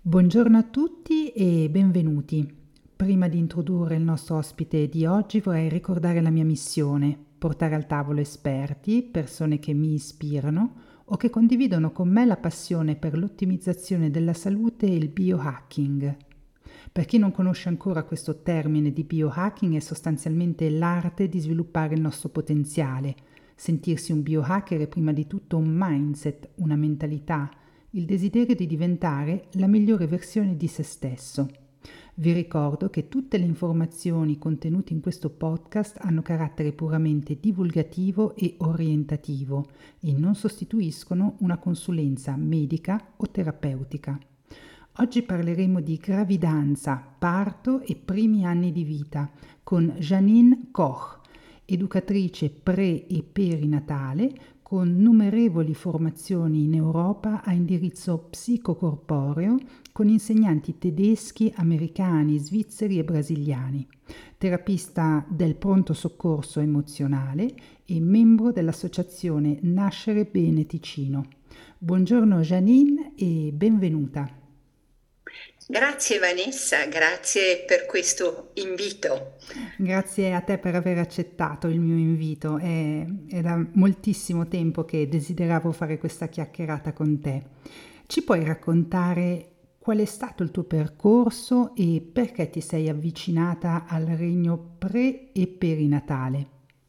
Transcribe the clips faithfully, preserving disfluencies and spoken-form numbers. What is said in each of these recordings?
Buongiorno a tutti e benvenuti. Prima di introdurre il nostro ospite di oggi vorrei ricordare la mia missione: portare al tavolo esperti, persone che mi ispirano o che condividono con me la passione per l'ottimizzazione della salute e il biohacking. Per chi non conosce ancora questo termine di biohacking, è sostanzialmente l'arte di sviluppare il nostro potenziale. Sentirsi un biohacker è prima di tutto un mindset, una mentalità, il desiderio di diventare la migliore versione di se stesso. Vi ricordo che tutte le informazioni contenute in questo podcast hanno carattere puramente divulgativo e orientativo e non sostituiscono una consulenza medica o terapeutica. Oggi parleremo di gravidanza, parto e primi anni di vita con Janine Koch, educatrice pre e perinatale con numerevoli formazioni in Europa a indirizzo psicocorporeo con insegnanti tedeschi, americani, svizzeri e brasiliani, terapista del pronto soccorso emozionale e membro dell'associazione Nascere Bene Ticino. Buongiorno Janine e benvenuta. Grazie Vanessa, grazie per questo invito. Grazie a te per aver accettato il mio invito. È, è da moltissimo tempo che desideravo fare questa chiacchierata con te. Ci puoi raccontare qual è stato il tuo percorso e perché ti sei avvicinata al regno pre e perinatale?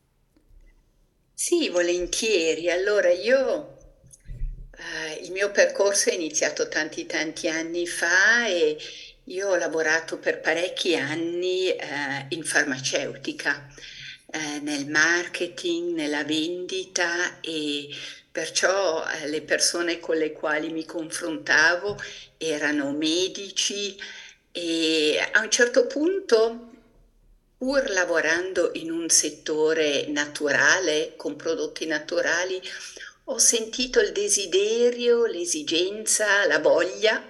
Sì, volentieri. Allora, io eh, il mio percorso è iniziato tanti tanti anni fa e io ho lavorato per parecchi anni eh, in farmaceutica, eh, nel marketing, nella vendita e perciò eh, le persone con le quali mi confrontavo erano medici e a un certo punto, pur lavorando in un settore naturale, con prodotti naturali, ho sentito il desiderio, l'esigenza, la voglia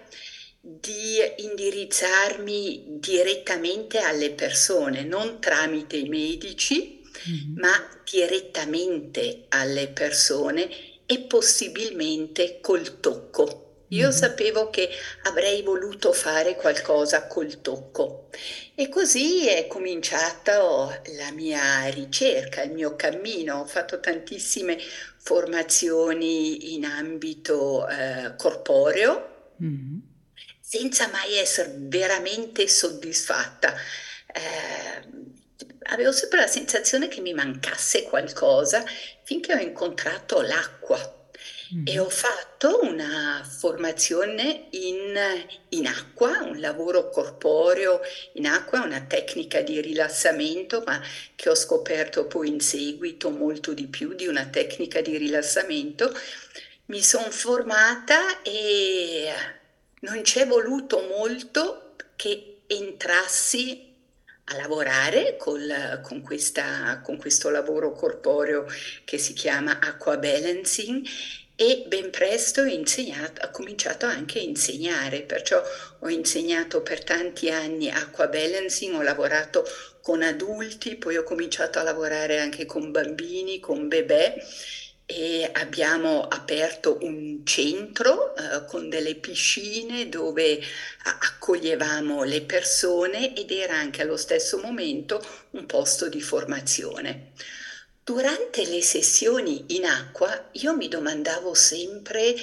di indirizzarmi direttamente alle persone, non tramite i medici, Mhm. ma direttamente alle persone e possibilmente col tocco. Io Mhm. sapevo che avrei voluto fare qualcosa col tocco e così è cominciata la mia ricerca, il mio cammino. Ho fatto tantissime formazioni in ambito eh, corporeo Mhm. senza mai essere veramente soddisfatta. Eh, Avevo sempre la sensazione che mi mancasse qualcosa finché ho incontrato l'acqua e Mhm. ho fatto una formazione in, in acqua, un lavoro corporeo in acqua, una tecnica di rilassamento, ma che ho scoperto poi in seguito molto di più di una tecnica di rilassamento. Mi sono formata e non c'è voluto molto che entrassi a lavorare col- con questa- con questo lavoro corporeo che si chiama Aqua Balancing e ben presto ho insegnato- ho cominciato anche a insegnare, perciò ho insegnato per tanti anni Aqua Balancing, ho lavorato con adulti, poi ho cominciato a lavorare anche con bambini, con bebè e abbiamo aperto un centro eh, con delle piscine dove a- accoglievamo le persone ed era anche allo stesso momento un posto di formazione. Durante le sessioni in acqua io mi domandavo sempre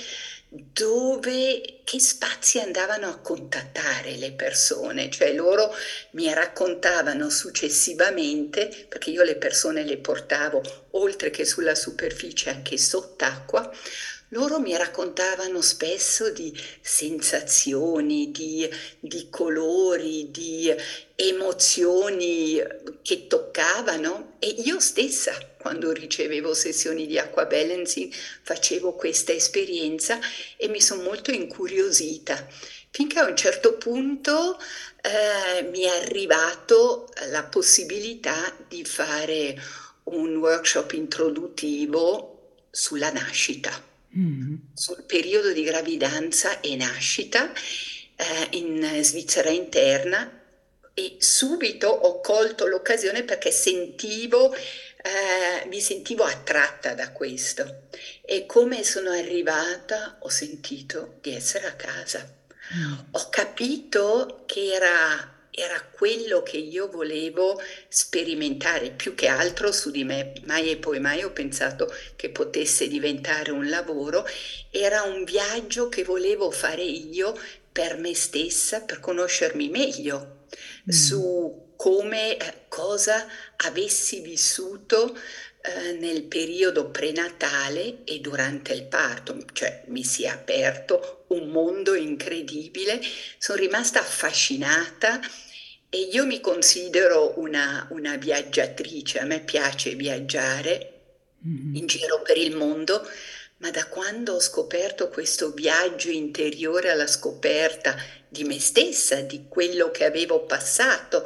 dove, che spazi andavano a contattare le persone, cioè loro mi raccontavano successivamente, perché io le persone le portavo oltre che sulla superficie anche sott'acqua, loro mi raccontavano spesso di sensazioni, di, di colori, di emozioni che toccavano e io stessa, quando ricevevo sessioni di acqua balancing, facevo questa esperienza e mi sono molto incuriosita. Finché a un certo punto eh, mi è arrivato la possibilità di fare un workshop introduttivo sulla nascita, Mhm. sul periodo di gravidanza e nascita eh, in Svizzera interna e subito ho colto l'occasione perché sentivo, eh, mi sentivo attratta da questo e come sono arrivata ho sentito di essere a casa. Mm. Ho capito che era, era quello che io volevo sperimentare, più che altro su di me. Mai e poi mai ho pensato che potesse diventare un lavoro. Era un viaggio che volevo fare io per me stessa, per conoscermi meglio, Mm. su come, eh, cosa avessi vissuto eh, nel periodo prenatale e durante il parto, cioè mi si è aperto un mondo incredibile, sono rimasta affascinata e io mi considero una, una viaggiatrice, a me piace viaggiare Mhm. in giro per il mondo, ma da quando ho scoperto questo viaggio interiore alla scoperta di me stessa, di quello che avevo passato,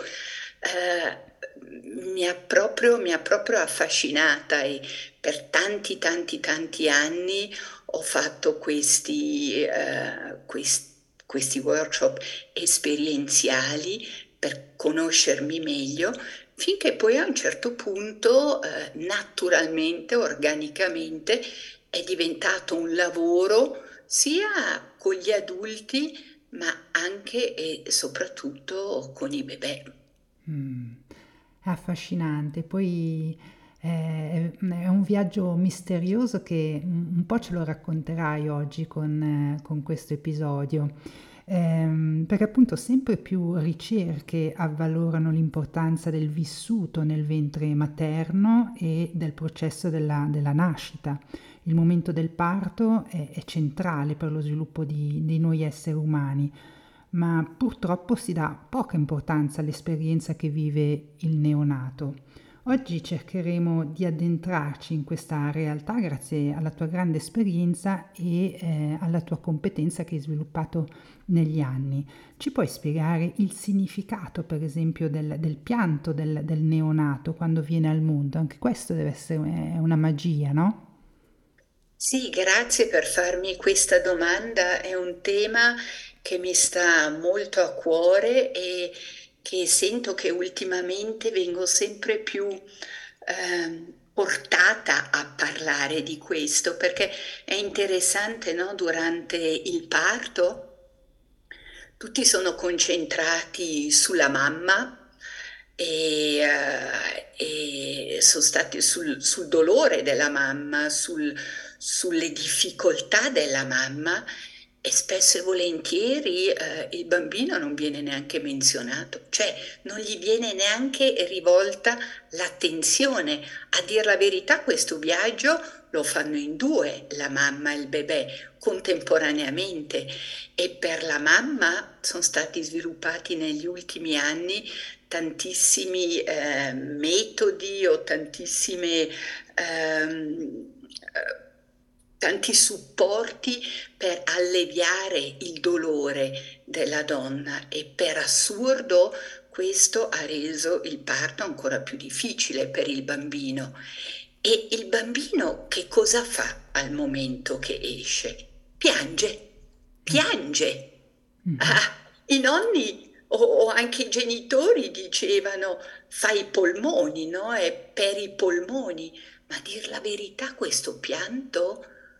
eh, mi ha proprio, mi ha proprio affascinata e per tanti, tanti, tanti anni ho fatto questi, eh, questi, questi workshop esperienziali per conoscermi meglio, finché poi a un certo punto, eh, naturalmente, organicamente, è diventato un lavoro sia con gli adulti, ma anche e soprattutto con i bebè. Mm. È affascinante. Poi eh, è un viaggio misterioso che un un po' ce lo racconterai oggi con, eh, con questo episodio. Ehm, perché appunto sempre più ricerche avvalorano l'importanza del vissuto nel ventre materno e del processo della, della nascita. Il momento del parto è, è centrale per lo sviluppo di, di noi esseri umani, ma purtroppo si dà poca importanza all'esperienza che vive il neonato. Oggi cercheremo di addentrarci in questa realtà grazie alla tua grande esperienza e eh, alla tua competenza che hai sviluppato negli anni. Ci puoi spiegare il significato, per esempio, del, del pianto del, del neonato quando viene al mondo? Anche questo deve essere è una magia, no? Sì, grazie per farmi questa domanda. È un tema che mi sta molto a cuore e che sento che ultimamente vengo sempre più ehm, portata a parlare di questo, perché è interessante, no? Durante il parto tutti sono concentrati sulla mamma e, eh, e sono stati sul, sul dolore della mamma, sul- sulle difficoltà della mamma e spesso e volentieri eh, il bambino non viene neanche menzionato, cioè non gli viene neanche rivolta l'attenzione. A dir la verità, questo viaggio lo fanno in due, la mamma e il bebè, contemporaneamente e per la mamma sono stati sviluppati negli ultimi anni tantissimi eh, metodi o tantissime, ehm, eh, tanti supporti per alleviare il dolore della donna e per assurdo questo ha reso il parto ancora più difficile per il bambino. E il bambino che cosa fa al momento che esce? Piange, piange. Mhm. Ah, i nonni o, o anche i genitori dicevano fai i polmoni, no? È per i polmoni. Ma a dir la verità, questo pianto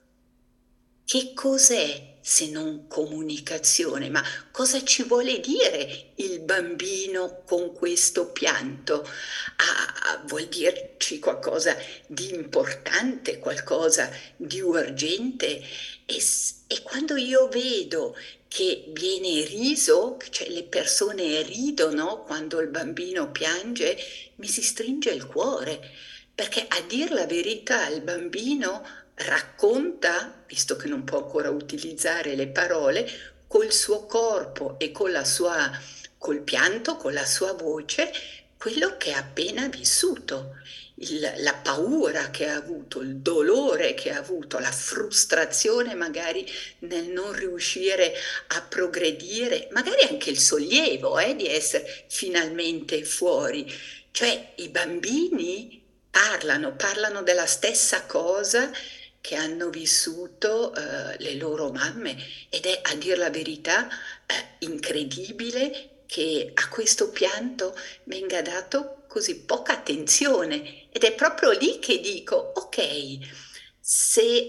che cos'è se non comunicazione? Ma cosa ci vuole dire il bambino con questo pianto? Ah, ah, vuol dirci qualcosa di importante, qualcosa di urgente? E, s- e quando io vedo che viene riso, cioè le persone ridono quando il bambino piange, mi si stringe il cuore, perché a dir la verità il bambino racconta, visto che non può ancora utilizzare le parole, col suo corpo e con la sua, col pianto, con la sua voce, quello che ha appena vissuto, il- la paura che ha avuto, il dolore che ha avuto, la frustrazione magari nel non riuscire a progredire, magari anche il sollievo, eh, di essere finalmente fuori. Cioè i bambini parlano, parlano della stessa cosa che hanno vissuto eh, le loro mamme ed è a dir la verità eh, incredibile che a questo pianto venga dato così poca attenzione ed è proprio lì che dico, ok, se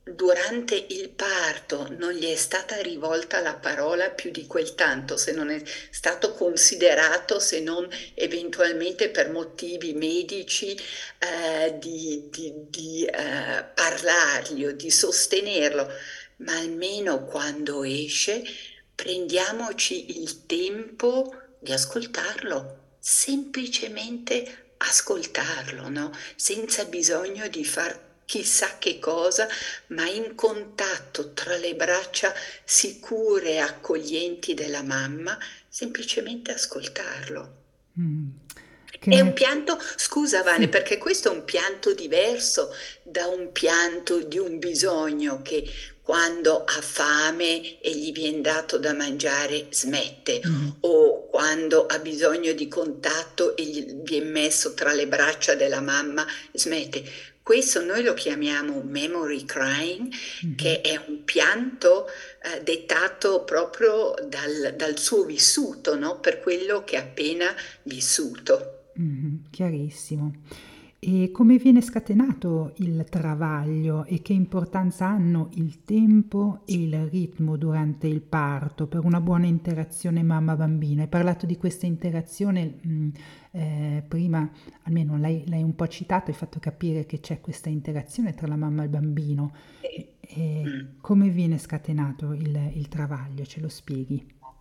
durante il parto non gli è stata rivolta la parola più di quel tanto, se non è stato considerato, se non eventualmente per motivi medici, eh, di, di- di, eh, parlargli o di sostenerlo, ma almeno quando esce prendiamoci il tempo di ascoltarlo, semplicemente ascoltarlo, no? Senza bisogno di far chissà che cosa, ma in contatto tra le braccia sicure e accoglienti della mamma, semplicemente ascoltarlo. Mm. È un Che pianto, scusa Vane, sì. perché questo è un pianto diverso da un pianto di un bisogno che quando ha fame e gli viene dato da mangiare smette, Mhm. o quando ha bisogno di contatto e gli viene messo tra le braccia della mamma smette. Questo noi lo chiamiamo memory crying, Mhm. che è un pianto eh, dettato proprio dal, dal suo vissuto, no? Per quello che ha appena vissuto. Mh-mh, chiarissimo. E come viene scatenato il travaglio e che importanza hanno il tempo e il ritmo durante il parto per una buona interazione mamma-bambino? Hai parlato di questa interazione, mhmm, ehm, prima, almeno l'hai l'hai un po' citato, hai fatto capire che c'è questa interazione tra la mamma e il bambino. E e Mm. come viene scatenato il il travaglio? Ce lo spieghi?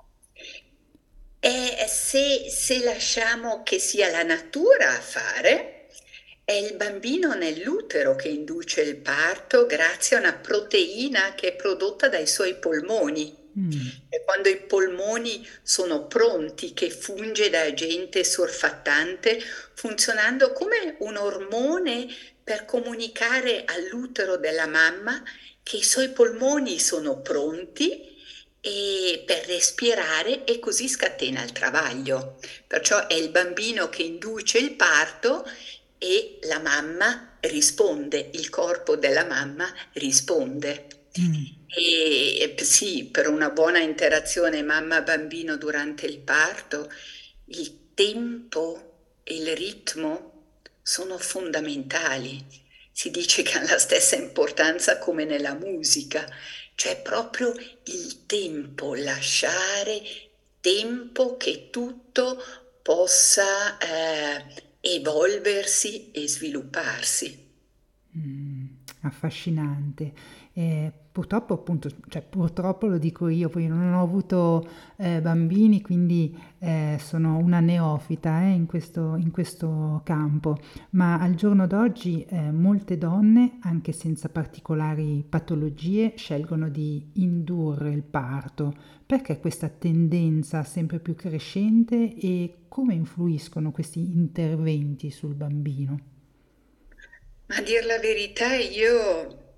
E se, se lasciamo che sia la natura a fare, è il bambino nell'utero che induce il parto grazie a una proteina che è prodotta dai suoi polmoni. Mh. E quando i polmoni sono pronti, che funge da agente surfattante, funzionando come un ormone per comunicare all'utero della mamma che i suoi polmoni sono pronti e per respirare e così scatena il travaglio. Perciò è il bambino che induce il parto e la mamma risponde, il corpo della mamma risponde. Mh. E eh, sì, per una buona interazione mamma-bambino durante il parto, il tempo e il ritmo sono fondamentali. Si dice che hanno la stessa importanza come nella musica, cioè proprio il tempo, lasciare tempo che tutto possa eh, evolversi e svilupparsi. Mh, affascinante. Ehm, purtroppo appunto, cioè purtroppo lo dico io, poi non ho avuto, ehm, bambini, quindi, ehm, sono una neofita, eh, in questo in questo campo, ma al giorno d'oggi, ehm, molte donne, anche senza particolari patologie, scelgono di indurre il parto. Perché questa tendenza sempre più crescente e come influiscono questi interventi sul bambino? Ma a dir la verità, io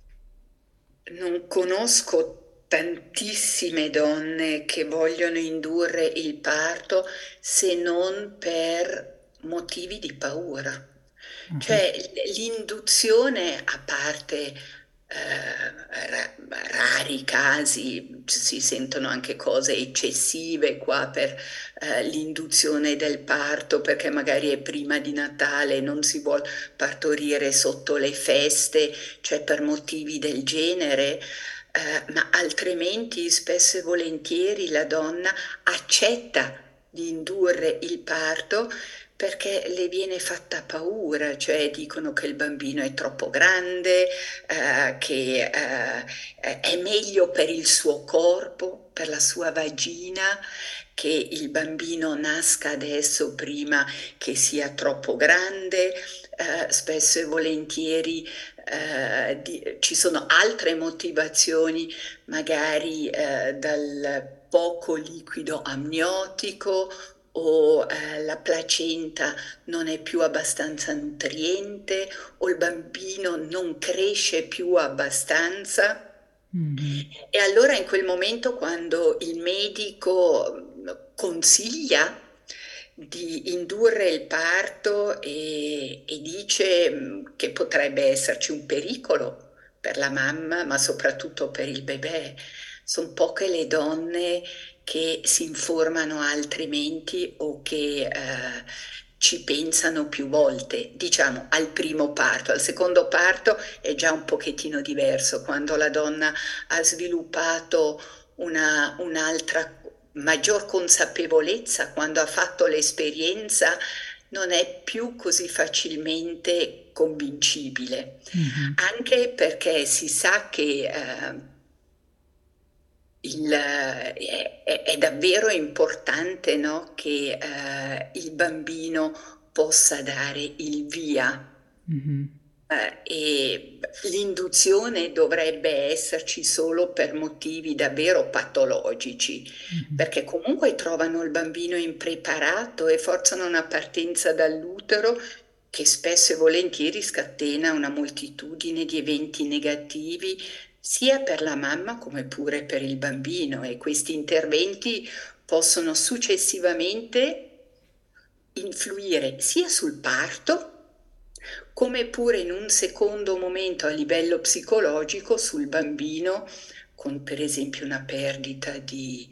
non conosco tantissime donne che vogliono indurre il parto se non per motivi di paura. Ah-ah. Cioè l- l'induzione, a parte eh, ra- rari casi, ci si sentono anche cose eccessive qua per eh, l'induzione del parto, perché magari è prima di Natale, non si vuole partorire sotto le feste, cioè per motivi del genere, eh, ma altrimenti spesso e volentieri la donna accetta di indurre il parto perché le viene fatta paura, cioè dicono che il bambino è troppo grande, eh, che eh, è meglio per il suo corpo, per la sua vagina, che il bambino nasca adesso prima che sia troppo grande. Eh, spesso e volentieri eh, di- ci sono altre motivazioni, magari eh, dal poco liquido amniotico o eh, la placenta non è più abbastanza nutriente o il bambino non cresce più abbastanza. Mh-mh. E allora in quel momento quando il medico mm, consiglia di indurre il parto e, e dice mm, che potrebbe esserci un pericolo per la mamma, ma soprattutto per il bebè, sono poche le donne che si informano altrimenti o che eh, ci pensano più volte, diciamo al primo parto. Al secondo parto è già un pochettino diverso, quando la donna ha sviluppato una, un'altra maggior consapevolezza, quando ha fatto l'esperienza, non è più così facilmente convincibile, Mhm. anche perché si sa che eh, il- è, è- è davvero importante, no, che eh, il bambino possa dare il via. Mhm. Eh, e l'induzione dovrebbe esserci solo per motivi davvero patologici, Mhm. perché comunque trovano il bambino impreparato e forzano una partenza dall'utero che spesso e volentieri scatena una moltitudine di eventi negativi sia per la mamma come pure per il bambino, e questi interventi possono successivamente influire sia sul parto come pure in un secondo momento a livello psicologico sul bambino, con per esempio una perdita di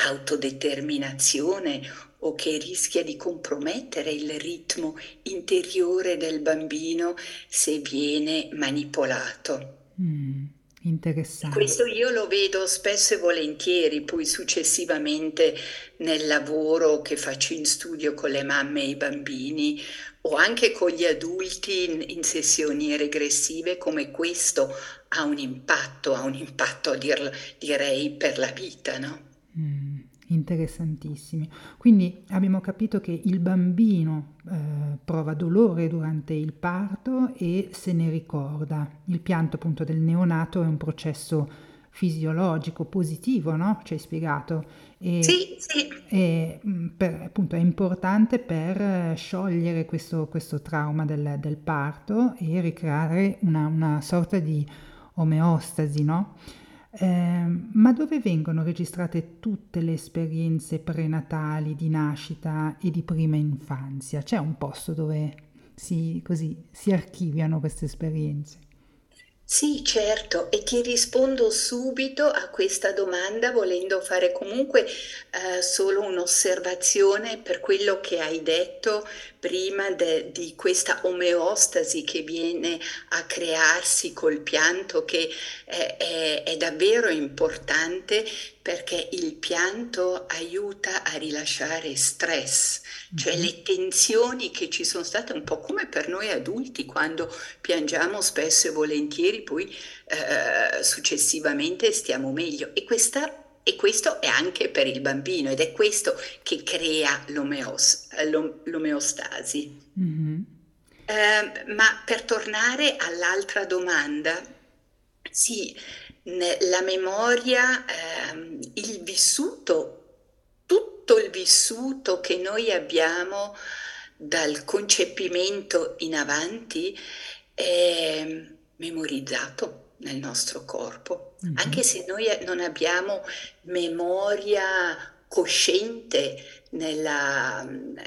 autodeterminazione o che rischia di compromettere il ritmo interiore del bambino se viene manipolato. Mm. Questo Interessante. io lo vedo spesso e volentieri, poi successivamente nel lavoro che faccio in studio con le mamme e i bambini o anche con gli adulti in, in sessioni regressive, come questo ha un impatto, ha un impatto a dir- direi per la vita, no? Mm, interessantissimi. Quindi abbiamo capito che il bambino eh, prova dolore durante il parto e se ne ricorda. Il pianto appunto del neonato è un processo fisiologico positivo, no? Ci hai spiegato. E, Sì, sì. e, mm, per- appunto è importante per eh, sciogliere questo, questo trauma del, del parto e ricreare una, una sorta di omeostasi, no? Ehm, ma dove vengono registrate tutte le esperienze prenatali di nascita e di prima infanzia? C'è un posto dove si, così, si archiviano queste esperienze? Sì, certo, e ti rispondo subito a questa domanda volendo fare comunque eh, solo un'osservazione per quello che hai detto prima de- di questa omeostasi che viene a crearsi col pianto, che è, è- è davvero importante perché il pianto aiuta a rilasciare stress, cioè Mhm. le tensioni che ci sono state un po' come per noi adulti quando piangiamo spesso e volentieri, poi eh, successivamente stiamo meglio. E questa e questo è anche per il bambino ed è questo che crea l'omeos- l'om- l'omeostasi. Mhm. Eh, ma per tornare all'altra domanda, sì, ne- la memoria, ehm, il vissuto, tutto il vissuto che noi abbiamo dal concepimento in avanti è memorizzato nel nostro corpo, Mhm. anche se noi non abbiamo memoria cosciente nella,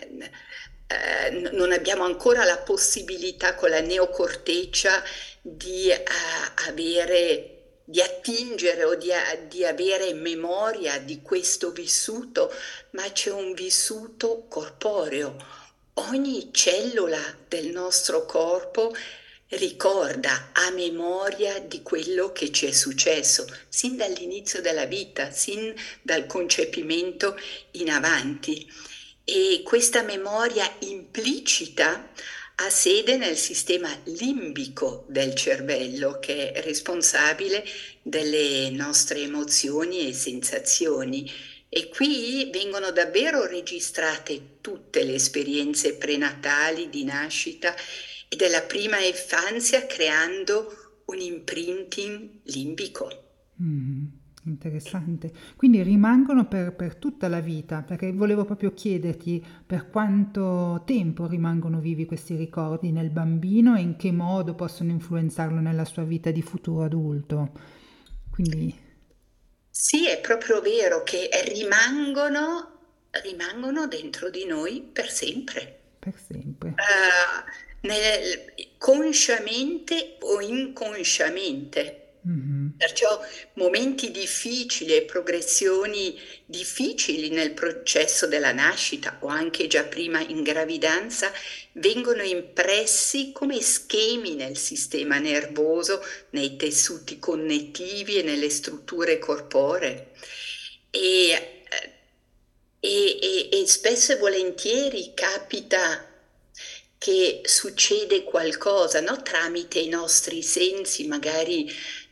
eh, n- non abbiamo ancora la possibilità con la neocorteccia di eh, avere, di attingere o di, a- di avere memoria di questo vissuto, ma c'è un vissuto corporeo. Ogni cellula del nostro corpo ricorda, ha memoria di quello che ci è successo, sin dall'inizio della vita, sin dal concepimento in avanti. E questa memoria implicita ha sede nel sistema limbico del cervello, che è responsabile delle nostre emozioni e sensazioni. E qui vengono davvero registrate tutte le esperienze prenatali di nascita e della prima infanzia, creando un imprinting limbico. Mm, interessante. Quindi rimangono per, per tutta la vita, perché volevo proprio chiederti per quanto tempo rimangono vivi questi ricordi nel bambino e in che modo possono influenzarlo nella sua vita di futuro adulto. Quindi Sì, è proprio vero che rimangono, rimangono dentro di noi per sempre. per sempre. Eh, nel- consciamente o inconsciamente. Mhm. Perciò momenti difficili e progressioni difficili nel processo della nascita o anche già prima in gravidanza vengono impressi come schemi nel sistema nervoso, nei tessuti connettivi e nelle strutture corporee. E, eh, e- e- e spesso e volentieri capita che succede qualcosa, no? Tramite i nostri sensi, magari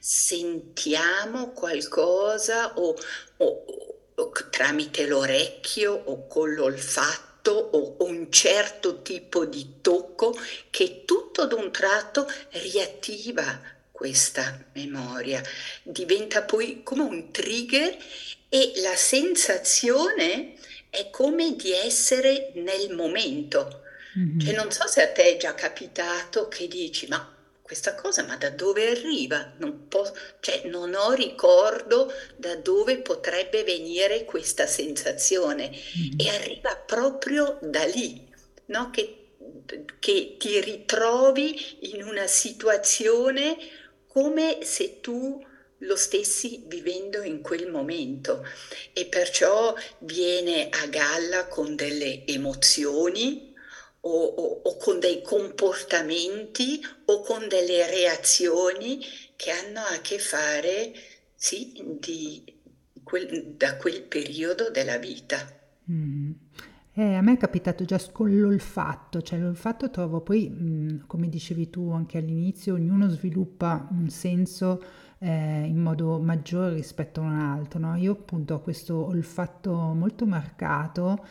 sentiamo qualcosa o, o- o tramite l'orecchio o con l'olfatto o un certo tipo di tocco che tutto ad un tratto riattiva questa memoria, diventa poi come un trigger e la sensazione è come di essere nel momento. Cioè, Mhm. non so se a te è già capitato che dici, ma questa cosa, ma da dove arriva? Non po- cioè, non ho ricordo da dove potrebbe venire questa sensazione e Mhm. arriva proprio da lì, no? Che, che ti ritrovi in una situazione come se tu lo stessi vivendo in quel momento e perciò viene a galla con delle emozioni o, o- o con dei comportamenti o con delle reazioni che hanno a che fare, sì, di quel- da quel periodo della vita. Mh. Eh, a me è capitato già s con l'olfatto, cioè l'olfatto trovo poi, mhmm, come dicevi tu anche all'inizio, ognuno sviluppa un senso, ehm, in modo maggiore rispetto a un altro, no, io appunto ho questo olfatto molto marcato,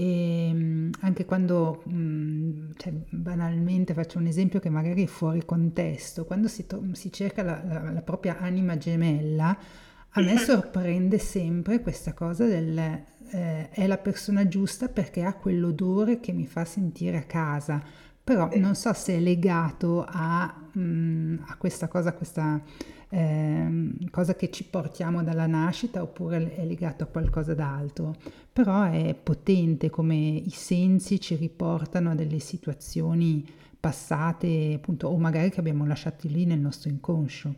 ehm, anche quando, mhmm, cioè banalmente faccio un esempio che magari è fuori contesto, quando si tro si cerca la la la propria anima gemella, a me sorprende sempre questa cosa del, eh, è la persona giusta perché ha quell'odore che mi fa sentire a casa, però non so se è legato a, mm, a questa cosa, questa ehm, cosa che ci portiamo dalla nascita oppure è legato a qualcosa d'altro, però è potente come i sensi ci riportano a delle situazioni passate, appunto, o magari che abbiamo lasciato lì nel nostro inconscio.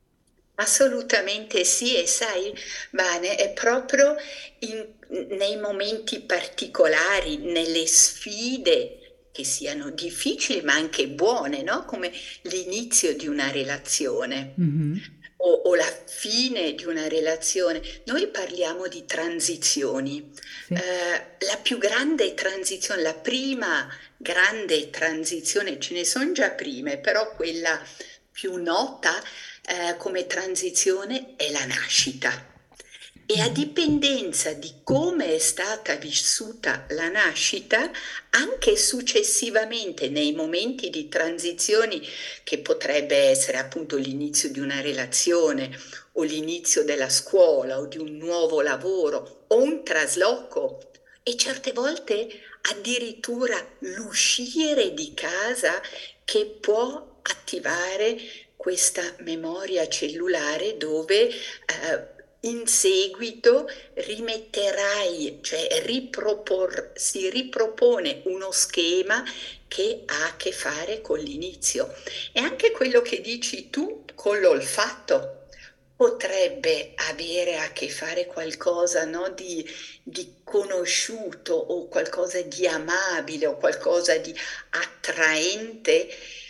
Assolutamente sì, e sai, Vane, è proprio in- nei momenti particolari, nelle sfide che siano difficili ma anche buone, no? Come l'inizio di una relazione Mhm. o, o la fine di una relazione. Noi parliamo di transizioni. Sì. Eh, la più grande transizione, la prima grande transizione, ce ne sono già prime, però quella più nota eh, come transizione è la nascita. E a Mhm. dipendenza di come è stata vissuta la nascita, anche successivamente nei momenti di transizioni, che potrebbe essere appunto l'inizio di una relazione o l'inizio della scuola o di un nuovo lavoro o un trasloco, e certe volte addirittura l'uscire di casa che può attivare questa memoria cellulare dove eh, in seguito rimetterai, cioè ripropor- si ripropone uno schema che ha a che fare con l'inizio. E anche quello che dici tu con l'olfatto potrebbe avere a che fare qualcosa, no, di, di conosciuto o qualcosa di amabile o qualcosa di attraente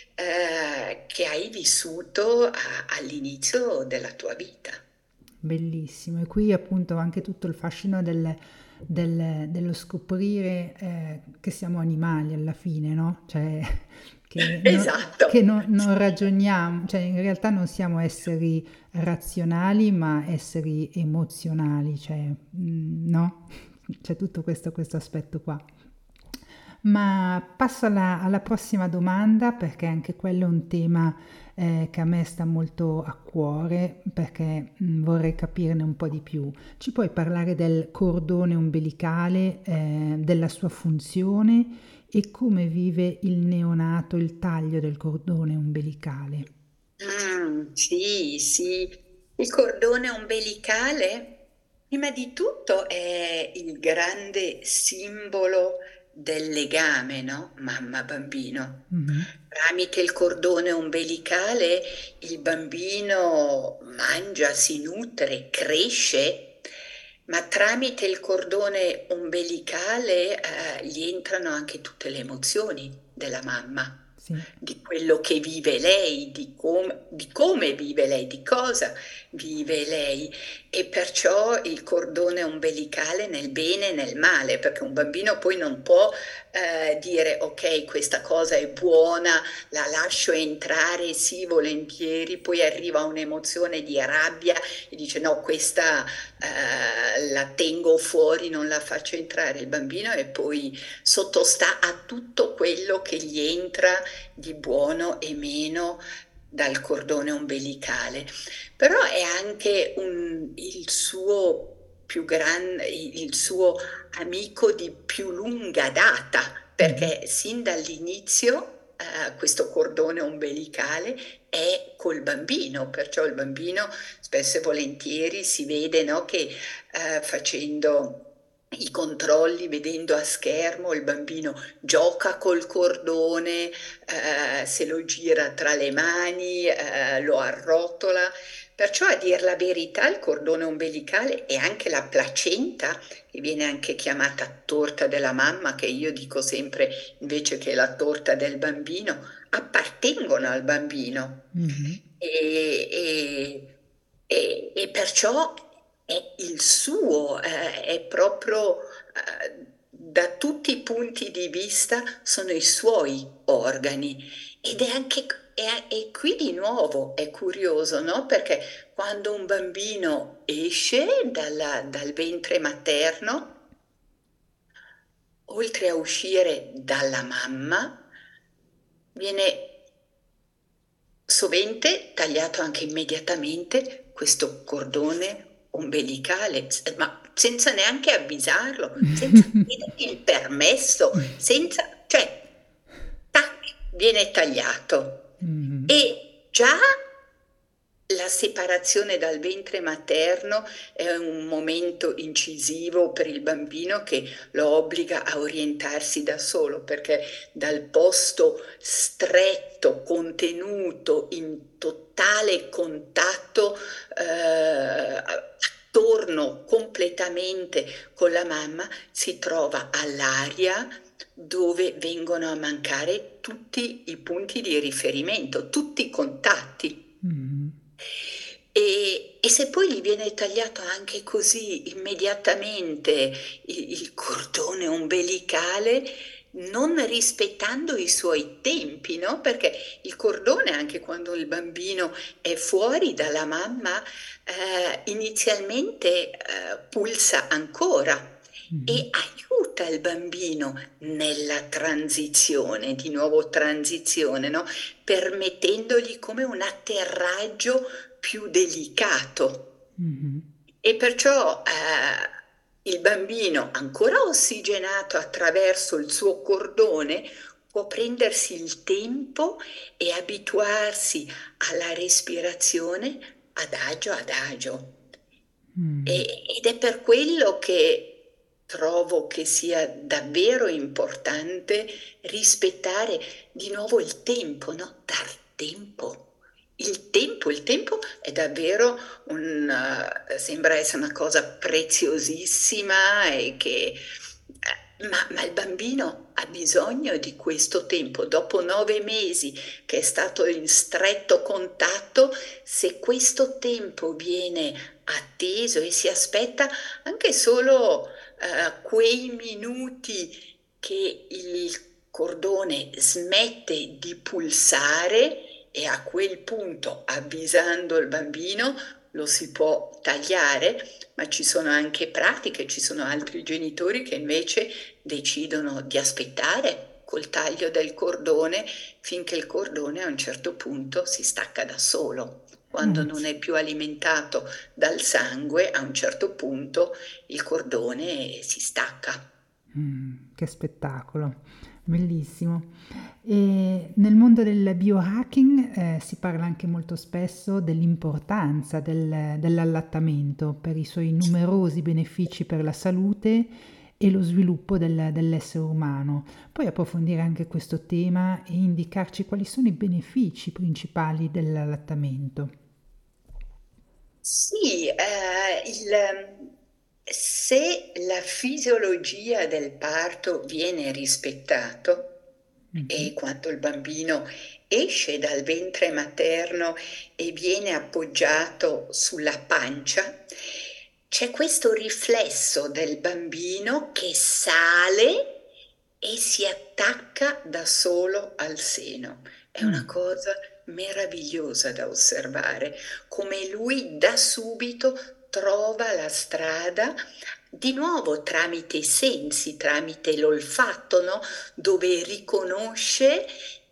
eh, che hai vissuto a- all'inizio della tua vita. Bellissimo, e qui appunto anche tutto il fascino del- del- dello scoprire eh, che siamo animali alla fine, no? Cioè che, no- Esatto. che no- non Sì. ragioniamo, cioè in realtà non siamo esseri razionali ma esseri emozionali, cioè mm, no? C'è tutto questo, questo aspetto qua. Ma passo alla, alla prossima domanda perché anche quello è un tema eh, che a me sta molto a cuore perché mh, vorrei capirne un po' di più. Ci puoi parlare del cordone ombelicale, eh, della sua funzione e come vive il neonato il taglio del cordone ombelicale? Mm, sì, sì. Il cordone ombelicale, prima di tutto, è il grande simbolo del legame, no? Mamma-bambino. Mhm. Tramite il cordone ombelicale il bambino mangia, si nutre, cresce, ma tramite il cordone ombelicale eh, gli entrano anche tutte le emozioni della mamma, Sì. di quello che vive lei, di com- di come vive lei, di cosa vive lei. E perciò il cordone ombelicale nel bene e nel male, perché un bambino poi non può eh, dire ok, questa cosa è buona, la lascio entrare, sì, volentieri, poi arriva un'emozione di rabbia e dice no, questa eh, la tengo fuori, non la faccio entrare. Il bambino e poi sottostà a tutto quello che gli entra di buono e meno dal cordone ombelicale. Però è anche un- il suo più grande, il suo amico di più lunga data, Mhm. perché sin dall'inizio eh, questo cordone ombelicale è col bambino, perciò il bambino spesso e volentieri si vede, no, che eh, facendo i controlli, vedendo a schermo, il bambino gioca col cordone, eh, se lo gira tra le mani, eh, lo arrotola. Perciò, a dir la verità, il cordone ombelicale e anche la placenta, che viene anche chiamata torta della mamma, che io dico sempre invece che la torta del bambino, appartengono al bambino. Mhm. E, e- e- e perciò è il suo, eh, è proprio eh, da tutti i punti di vista sono i suoi organi. Ed è anche, e, e qui di nuovo è curioso, no? Perché quando un bambino esce dalla- dal ventre materno, oltre a uscire dalla mamma, viene sovente tagliato anche immediatamente questo cordone ombelicale, s- ma senza neanche avvisarlo, senza chiedergli il permesso, senza, cioè, tac, viene tagliato. Mhm. E già la separazione dal ventre materno è un momento incisivo per il bambino che lo obbliga a orientarsi da solo, perché dal posto stretto, contenuto, in totale contatto, eh, attorno completamente con la mamma, si trova all'aria dove vengono a mancare tutti i punti di riferimento, tutti i contatti. Mhm. E, e se poi gli viene tagliato anche così immediatamente il, il cordone ombelicale, non rispettando i suoi tempi, no? Perché il cordone, anche quando il bambino è fuori dalla mamma, eh, inizialmente eh, pulsa ancora Mhm. e aiuta il bambino nella transizione, di nuovo transizione, no? Permettendogli come un atterraggio più delicato. Mhm. E perciò eh, il bambino, ancora ossigenato attraverso il suo cordone, può prendersi il tempo e abituarsi alla respirazione adagio adagio. Mhm. E- ed è per quello che trovo che sia davvero importante rispettare di nuovo il tempo, no? Dar tempo. Il tempo, il tempo è davvero un, eh, sembra essere una cosa preziosissima e che, eh, ma, ma il bambino ha bisogno di questo tempo. Dopo nove mesi che è stato in stretto contatto, se questo tempo viene atteso e si aspetta anche solo eh, quei minuti che il cordone smette di pulsare e a quel punto, avvisando il bambino, lo si può tagliare, ma ci sono anche pratiche, ci sono altri genitori che invece decidono di aspettare col taglio del cordone finché il cordone a un certo punto si stacca da solo. Quando Eh, non è più alimentato dal sangue, a un certo punto il cordone si stacca. mm, che spettacolo, bellissimo. E nel mondo del biohacking eh, si parla anche molto spesso dell'importanza del- dell'allattamento per i suoi numerosi benefici per la salute e lo sviluppo del- dell'essere umano. Puoi approfondire anche questo tema e indicarci quali sono i benefici principali dell'allattamento? Sì, eh, il- se la fisiologia del parto viene rispettato Mhm. e quando il bambino esce dal ventre materno e viene appoggiato sulla pancia, c'è questo riflesso del bambino che sale e si attacca da solo al seno. È una Mm. cosa meravigliosa da osservare, come lui da subito trova la strada, di nuovo tramite i sensi, tramite l'olfatto, no? Dove riconosce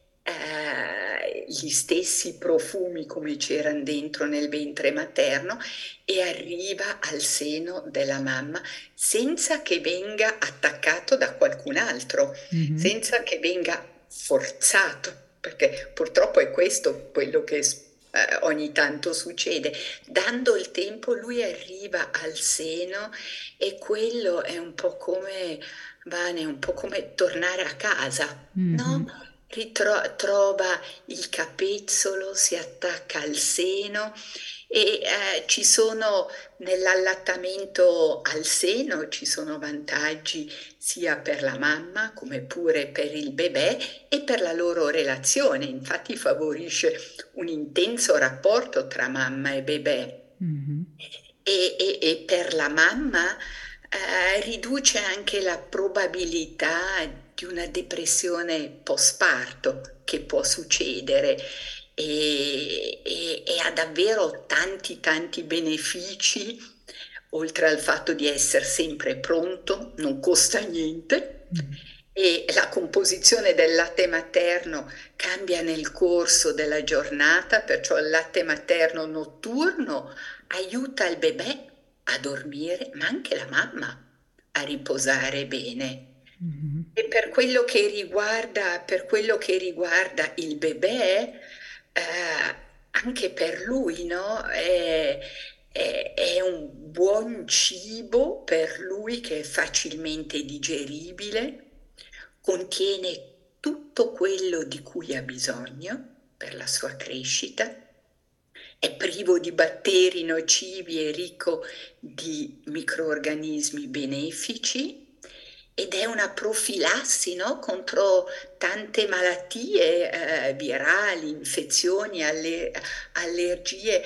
eh, gli stessi profumi come c'erano dentro nel ventre materno e arriva al seno della mamma senza che venga attaccato da qualcun altro, Mhm. senza che venga forzato, perché purtroppo è questo quello che eh, ogni tanto succede. Dando il tempo lui arriva al seno e quello è un po' come, Vane, è un po' come tornare a casa, no? Mhm. Ritro- trova il capezzolo, si attacca al seno e eh, ci sono nell'allattamento al seno, ci sono vantaggi sia per la mamma come pure per il bebè e per la loro relazione. Infatti favorisce un intenso rapporto tra mamma e bebè. Mhm. E, e- e per la mamma eh, riduce anche la probabilità di una depressione postparto che può succedere e, e- e ha davvero tanti tanti benefici, oltre al fatto di essere sempre pronto, non costa niente. Mhm. E la composizione del latte materno cambia nel corso della giornata, perciò il latte materno notturno aiuta il bebè a dormire, ma anche la mamma a riposare bene. Mhm. E per quello che riguarda, per quello che riguarda il bebè, eh, anche per lui, no? È, è- è un buon cibo per lui che è facilmente digeribile, contiene tutto quello di cui ha bisogno per la sua crescita, è privo di batteri nocivi e ricco di microrganismi benefici ed è una profilassi, no? Contro tante malattie eh, virali, infezioni, alle- allergie.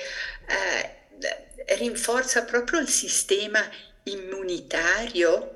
Eh, rinforza proprio il sistema immunitario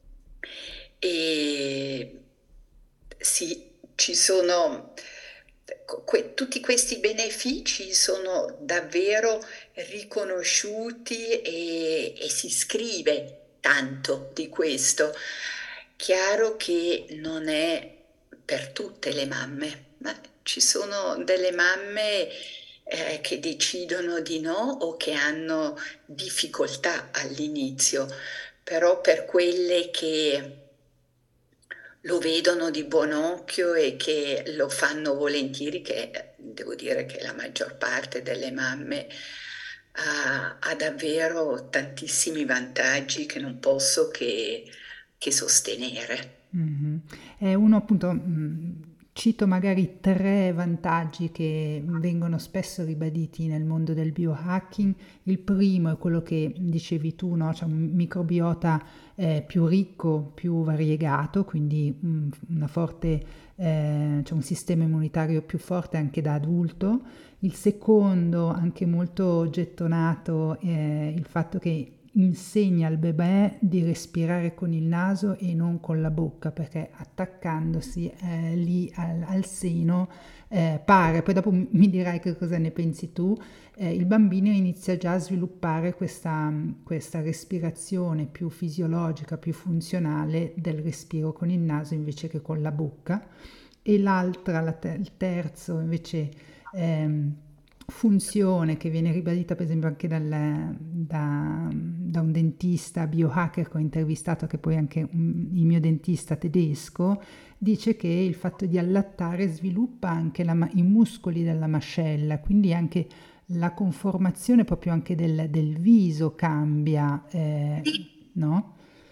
e sì, ci sono que- tutti questi benefici sono davvero riconosciuti e, e si scrive tanto di questo. Chiaro che non è per tutte le mamme, ma ci sono delle mamme eh, che decidono di no o che hanno difficoltà all'inizio, però per quelle che lo vedono di buon occhio e che lo fanno volentieri, che eh, devo dire che la maggior parte delle mamme ha, ha davvero tantissimi vantaggi che non posso che, che sostenere. Mhm. E uno appunto, mh, cito magari tre vantaggi che vengono spesso ribaditi nel mondo del biohacking. Il primo è quello che dicevi tu, no? C'è un microbiota eh, più ricco, più variegato, quindi mh, una forte, eh, c'è un sistema immunitario più forte anche da adulto. Il secondo, anche molto gettonato, è il fatto che insegna al bebè di respirare con il naso e non con la bocca, perché attaccandosi eh, lì al, al seno eh, pare, poi dopo mi mi dirai che cosa ne pensi tu, eh, il bambino inizia già a sviluppare questa, questa respirazione più fisiologica, più funzionale del respiro con il naso invece che con la bocca. E l'altra, la te- il terzo invece ehm, funzione che viene ribadita per esempio anche dal, da, da un dentista biohacker che ho intervistato, che poi è anche un- il mio dentista tedesco, dice che il fatto di allattare sviluppa anche la ma- i muscoli della mascella, quindi anche la conformazione proprio anche del, del viso cambia, eh, Sì, no?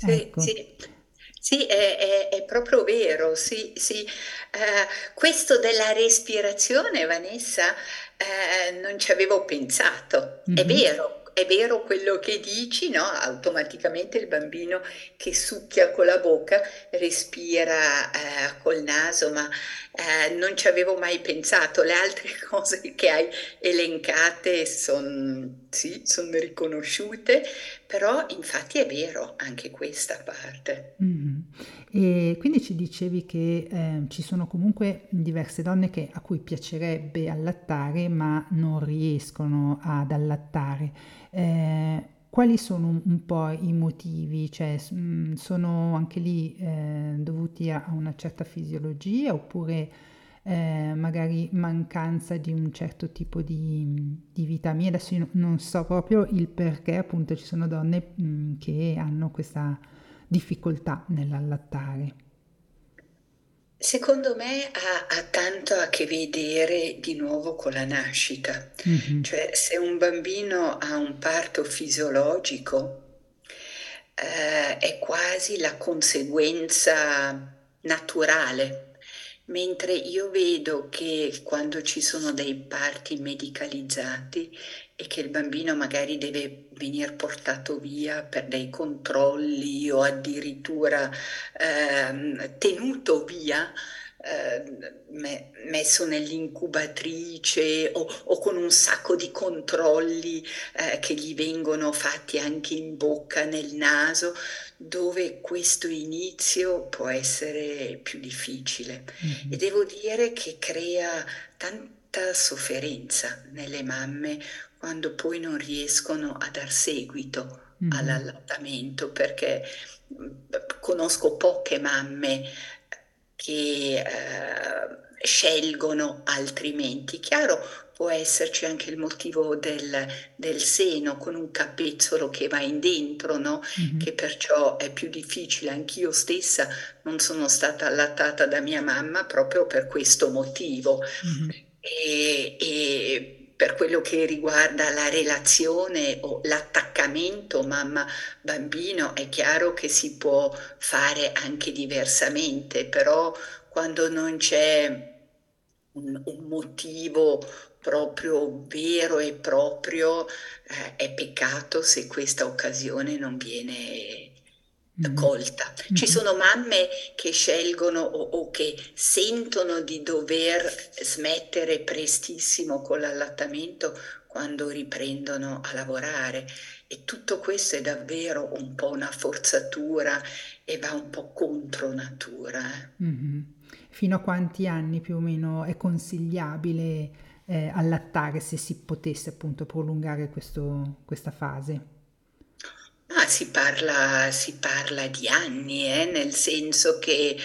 Sì, Ecco. sì. Sì, è, è- è proprio vero, sì, sì. Eh, questo della respirazione, Vanessa, eh, non ci avevo pensato. È Mhm. vero, è vero quello che dici, no? Automaticamente il bambino che succhia con la bocca respira, eh, col naso, ma eh, non ci avevo mai pensato. Le altre cose che hai elencate sono, sì, sono riconosciute. Però infatti è vero anche questa parte. Mhm. E quindi ci dicevi che eh, ci sono comunque diverse donne che- a cui piacerebbe allattare ma non riescono ad allattare. Eh, quali sono un, un po' i motivi? Cioè, s- mm, sono anche lì eh, dovuti a, a una certa fisiologia oppure eh, magari mancanza di un certo tipo di, di vitamine? Adesso io non so proprio il perché appunto ci sono donne mm, che hanno questa difficoltà nell'allattare. Secondo me ha, ha tanto a che vedere di nuovo con la nascita, Mhm. cioè se un bambino ha un parto fisiologico, eh, è quasi la conseguenza naturale, mentre io vedo che quando ci sono dei parti medicalizzati e che il bambino magari deve venire portato via per dei controlli o addirittura ehm, tenuto via, ehm, me- messo nell'incubatrice o, o con un sacco di controlli eh, che gli vengono fatti anche in bocca, nel naso, dove questo inizio può essere più difficile. E Mhm. devo dire che crea tanta sofferenza nelle mamme quando poi non riescono a dar seguito Mhm. all'allattamento, perché mh, conosco poche mamme che eh, scelgono altrimenti. Chiaro, può esserci anche il motivo del, del seno con un capezzolo che va in dentro, no? Mhm. Che perciò è più difficile. Anch'io stessa non sono stata allattata da mia mamma proprio per questo motivo. Mhm. E, e per quello che riguarda la relazione o l'attaccamento mamma-bambino, è chiaro che si può fare anche diversamente, però quando non c'è un, un motivo proprio vero e proprio, eh, è peccato se questa occasione non viene Mhm. colta. Ci Mhm. sono mamme che scelgono o, o che sentono di dover smettere prestissimo con l'allattamento quando riprendono a lavorare, e tutto questo è davvero un po' una forzatura e va un po' contro natura. eh. Mhm. Fino a quanti anni più o meno è consigliabile eh, allattare se si potesse appunto prolungare questo- questa fase? Ma si parla, si parla di anni, eh, nel senso che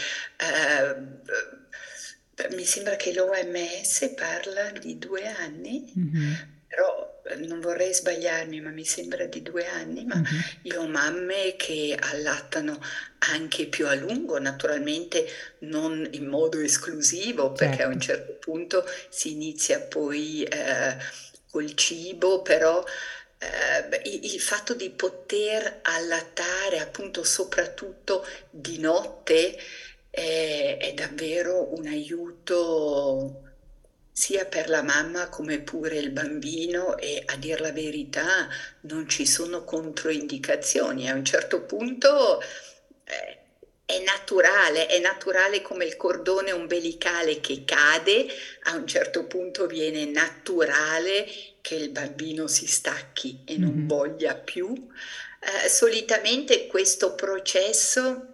eh, mi sembra che l'O M S parla di due anni, Mhm. però eh, non vorrei sbagliarmi, ma mi sembra di due anni, ma Mhm. io ho mamme che allattano anche più a lungo, naturalmente non in modo esclusivo, perché a Certo. un certo punto si inizia poi eh, col cibo, però eh, beh, il il fatto di poter allattare appunto soprattutto di notte è, è davvero un aiuto sia per la mamma come pure il bambino, e a dir la verità non ci sono controindicazioni. A un certo punto eh, è naturale, è naturale come il cordone ombelicale che cade, a un certo punto viene naturale che il bambino si stacchi e non Mhm. voglia più. Eh, solitamente questo processo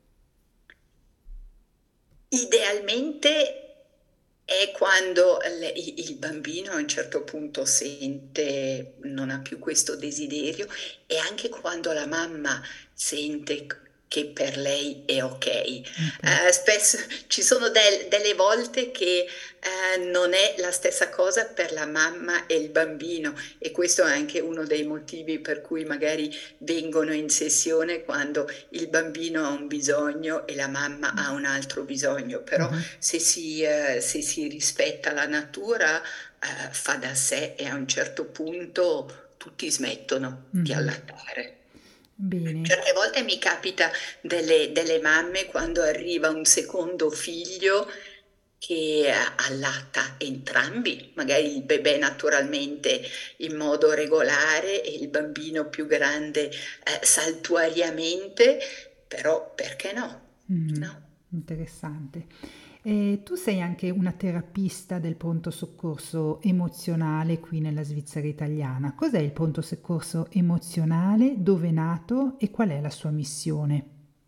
idealmente è quando l- il bambino a un certo punto sente, non ha più questo desiderio, e anche quando la mamma sente che per lei è ok. Eh, Ok. spesso ci sono del- delle volte che eh, non è la stessa cosa per la mamma e il bambino, e questo è anche uno dei motivi per cui magari vengono in sessione quando il bambino ha un bisogno e la mamma ha un altro bisogno. Però Ah. se si, eh, se si rispetta la natura, eh, fa da sé, e a un certo punto tutti smettono di Mhm. allattare. Bene. Certe volte mi capita delle, delle mamme quando arriva un secondo figlio che allatta entrambi, magari il bebè naturalmente in modo regolare e il bambino più grande eh, saltuariamente, però perché no? Mm, No? interessante. E tu sei anche una terapista del pronto soccorso emozionale qui nella Svizzera italiana. Cos'è il pronto soccorso emozionale? Dove è nato e qual è la sua missione?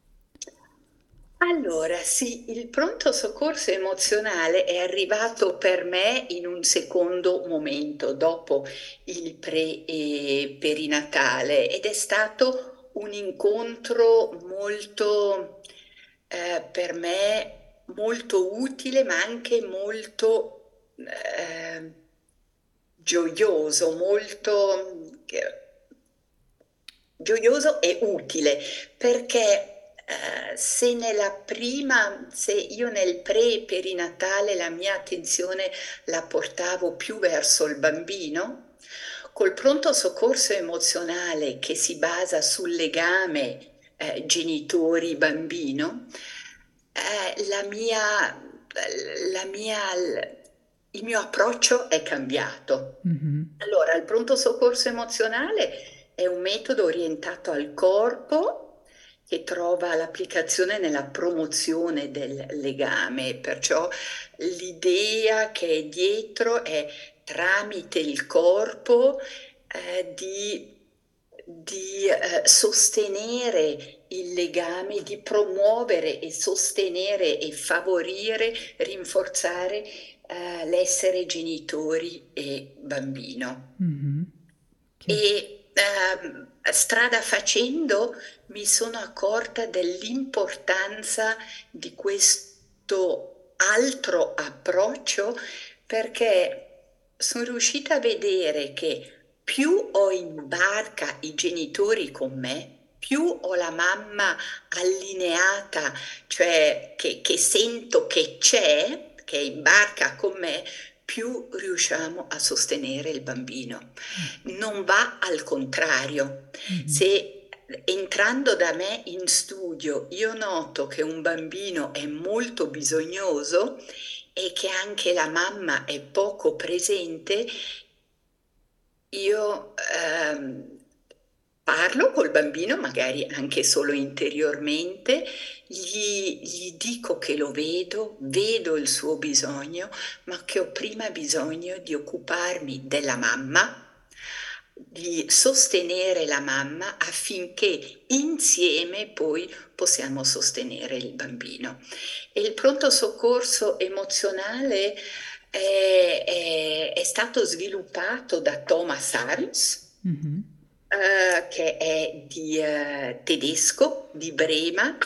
Allora, sì, il pronto soccorso emozionale è arrivato per me in un secondo momento, dopo il pre e perinatale, ed è stato un incontro molto, eh, per me, molto utile, ma anche molto, eh, gioioso, molto gioioso e utile, perché eh, se nella prima, se io nel pre-perinatale la mia attenzione la portavo più verso il bambino, col pronto soccorso emozionale che si basa sul legame eh, genitori-bambino, eh, la mia, la mia, il mio approccio è cambiato. Mhm. Allora, il pronto soccorso emozionale è un metodo orientato al corpo che trova l'applicazione nella promozione del legame, perciò l'idea che è dietro è tramite il corpo eh, di, di eh, sostenere il legame, di promuovere e sostenere e favorire, rinforzare eh, l'essere genitori e bambino. Mhm. Che- E ehm, strada facendo mi sono accorta dell'importanza di questo altro approccio perché sono riuscita a vedere che più ho in barca i genitori con me, più ho la mamma allineata, cioè che, che sento che c'è, che è in barca con me, più riusciamo a sostenere il bambino. Non va al contrario. Mhm. Se entrando da me in studio io noto che un bambino è molto bisognoso e che anche la mamma è poco presente, io ehm, parlo col bambino, magari anche solo interiormente, gli, gli dico che lo vedo, vedo il suo bisogno, ma che ho prima bisogno di occuparmi della mamma, di sostenere la mamma affinché insieme poi possiamo sostenere il bambino. E il pronto soccorso emozionale è, è- è stato sviluppato da Thomas Harris, Mhm. eh, che è di, eh, tedesco, di Brema,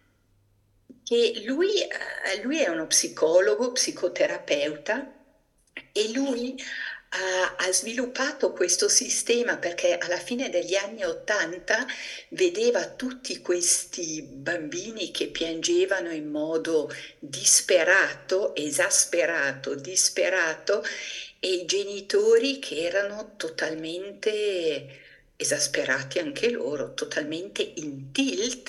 che lui, eh, lui è uno psicologo, psicoterapeuta e lui ha, ha sviluppato questo sistema perché alla fine degli anni Ottanta vedeva tutti questi bambini che piangevano in modo disperato, esasperato, disperato e i genitori che erano totalmente esasperati anche loro, totalmente in tilt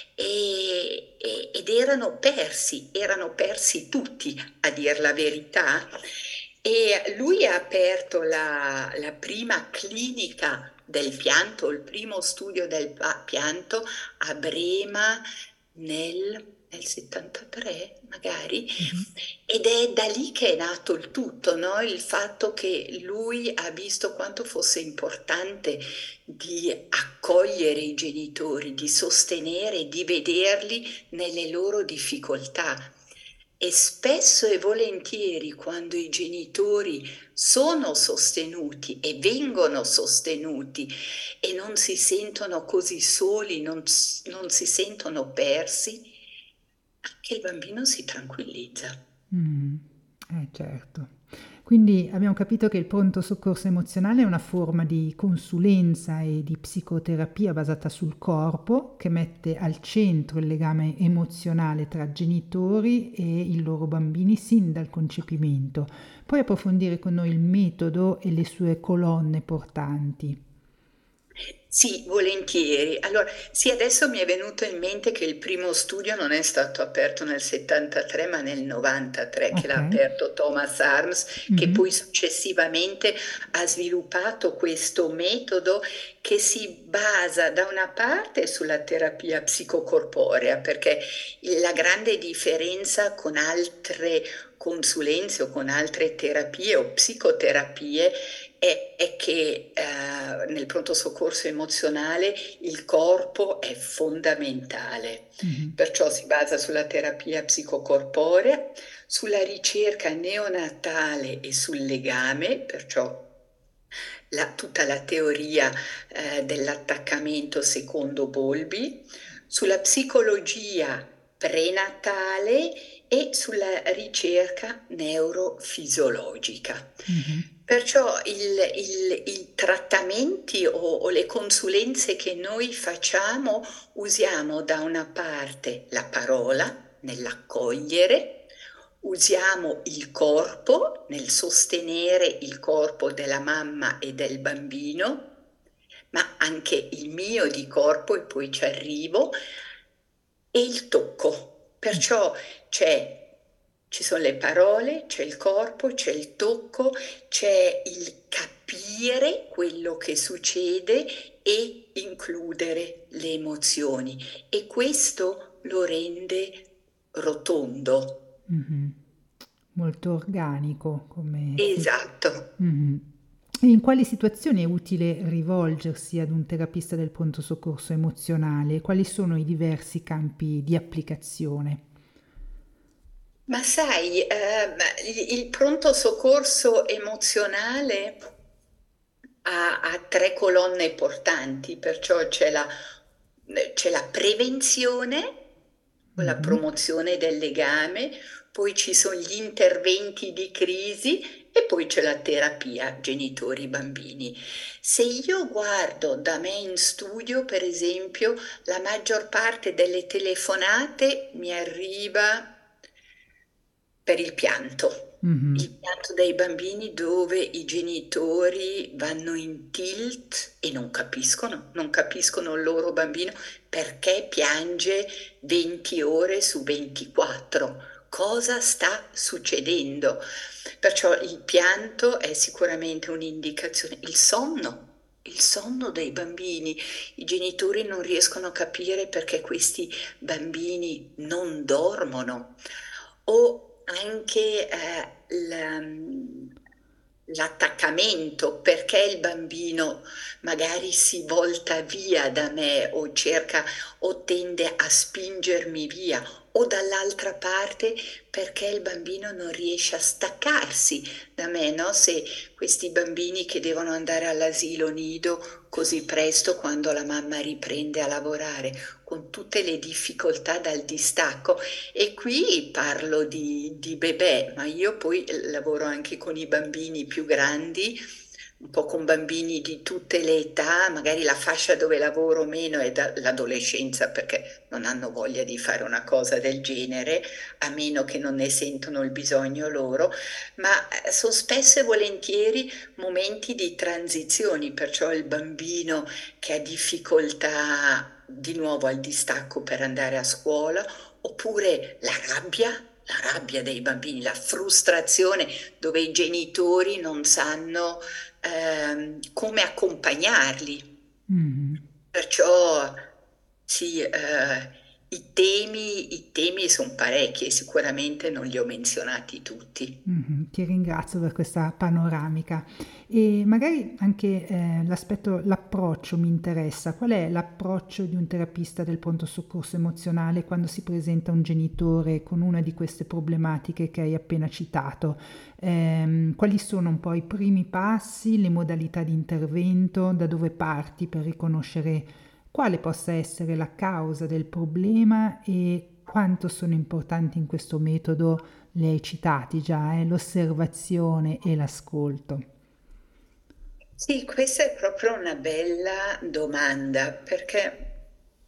e- e- ed erano persi, erano persi tutti, a dir la verità. E lui ha aperto la, la prima clinica del pianto, il primo studio del pa- pianto a Brema nel, nel settantatré, magari, Mhm. ed è da lì che è nato il tutto, no? Il fatto che lui ha visto quanto fosse importante di accogliere i genitori, di sostenere, di vederli nelle loro difficoltà. E spesso e volentieri quando i genitori sono sostenuti e vengono sostenuti e non si sentono così soli, non, s- non si sentono persi, anche il bambino si tranquillizza. Mm, eh certo. Quindi abbiamo capito che il pronto soccorso emozionale è una forma di consulenza e di psicoterapia basata sul corpo che mette al centro il legame emozionale tra genitori e i loro bambini sin dal concepimento. Puoi approfondire con noi il metodo e le sue colonne portanti. Sì, volentieri. Allora, sì, adesso mi è venuto in mente che il primo studio non è stato aperto nel settantatré, ma nel novantatré, che l'ha Ok. aperto Thomas Arms, che poi Mhm. successivamente ha sviluppato questo metodo che si basa da una parte sulla terapia psicocorporea, perché la grande differenza con altre consulenze o con altre terapie o psicoterapie è, è che eh, nel pronto soccorso emozionale il corpo è fondamentale, Mhm. perciò si basa sulla terapia psicocorporea, sulla ricerca neonatale e sul legame, perciò la- tutta la teoria eh, dell'attaccamento secondo Bowlby, sulla psicologia prenatale e sulla ricerca neurofisiologica. Mhm. Perciò il- il- i trattamenti o, o le consulenze che noi facciamo usiamo da una parte la parola nell'accogliere, usiamo il corpo nel sostenere il corpo della mamma e del bambino, ma anche il mio di corpo, e poi ci arrivo, e il tocco. Perciò c'è, ci sono le parole, c'è il corpo, c'è il tocco, c'è il capire quello che succede e includere le emozioni. E questo lo rende rotondo. Mhm. Molto organico come sì. Esatto. Mhm. E in quali situazioni è utile rivolgersi ad un terapista del pronto soccorso emozionale? Quali sono i diversi campi di applicazione? Ma sai, ehm, il, il pronto soccorso emozionale ha, ha tre colonne portanti, perciò c'è la, c'è la prevenzione o la Mhm. promozione del legame, poi ci sono gli interventi di crisi e poi c'è la terapia genitori-bambini. Se io guardo da me in studio, per esempio, la maggior parte delle telefonate mi arriva per il pianto. Mhm. Il pianto dei bambini dove i genitori vanno in tilt e non capiscono, non capiscono il loro bambino perché piange venti ore su ventiquattro. Cosa sta succedendo? Perciò il pianto è sicuramente un'indicazione. Il sonno. Il sonno dei bambini, i genitori non riescono a capire perché questi bambini non dormono o anche eh, l- l'attaccamento, perché il bambino magari si volta via da me o cerca o tende a spingermi via, o dall'altra parte perché il bambino non riesce a staccarsi da me, no? Se questi bambini che devono andare all'asilo nido così presto quando la mamma riprende a lavorare, con tutte le difficoltà dal distacco. E qui parlo di, di bebè, ma io poi lavoro anche con i bambini più grandi, un po' con bambini di tutte le età, magari la fascia dove lavoro meno è da- l'adolescenza perché non hanno voglia di fare una cosa del genere, a meno che non ne sentono il bisogno loro, ma eh, sono spesso e volentieri momenti di transizioni, perciò il bambino che ha difficoltà di nuovo al distacco per andare a scuola, oppure la rabbia, la rabbia dei bambini, la frustrazione dove i genitori non sanno ehm, come accompagnarli. Mhm. Perciò sì, eh, i temi, i temi sono parecchi e sicuramente non li ho menzionati tutti. Mh-mh. Ti ringrazio per questa panoramica. E magari anche, ehm, l'aspetto l'approccio mi interessa. Qual è l'approccio di un terapista del pronto soccorso emozionale quando si presenta un genitore con una di queste problematiche che hai appena citato? Ehm, quali sono un po' i primi passi, le modalità di intervento, da dove parti per riconoscere quale possa essere la causa del problema e quanto sono importanti in questo metodo li hai citati già, eh, l'osservazione e l'ascolto. Sì, questa è proprio una bella domanda perché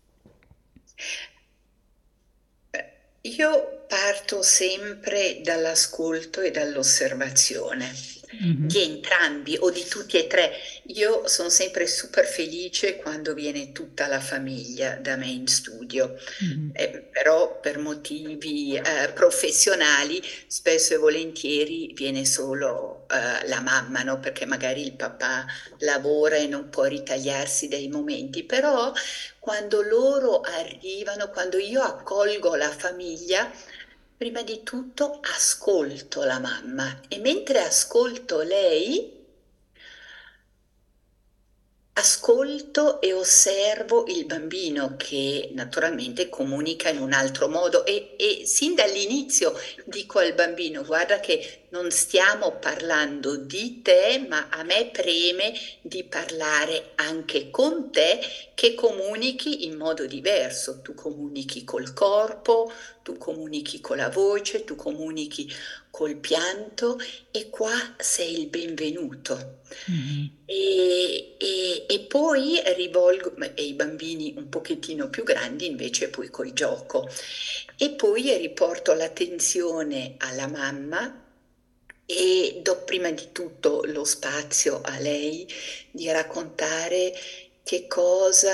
eh, io parto sempre dall'ascolto e dall'osservazione. Mhm. di entrambi o di tutti e tre. Io sono sempre super felice quando viene tutta la famiglia da me in studio. Mhm. Eh, però per motivi eh, professionali spesso e volentieri viene solo eh, la mamma, no? Perché magari il papà lavora e non può ritagliarsi dei momenti, però quando loro arrivano, quando io accolgo la famiglia, prima di tutto ascolto la mamma e mentre ascolto lei, ascolto e osservo il bambino che naturalmente comunica in un altro modo e, e sin dall'inizio dico al bambino: guarda che non stiamo parlando di te, ma a me preme di parlare anche con te che comunichi in modo diverso. Tu comunichi col corpo, tu comunichi con la voce, tu comunichi col pianto e qua sei il benvenuto. Mhm. E, e- e poi rivolgo, e i bambini un pochettino più grandi invece poi col gioco. E poi riporto l'attenzione alla mamma e do prima di tutto lo spazio a lei di raccontare che cosa,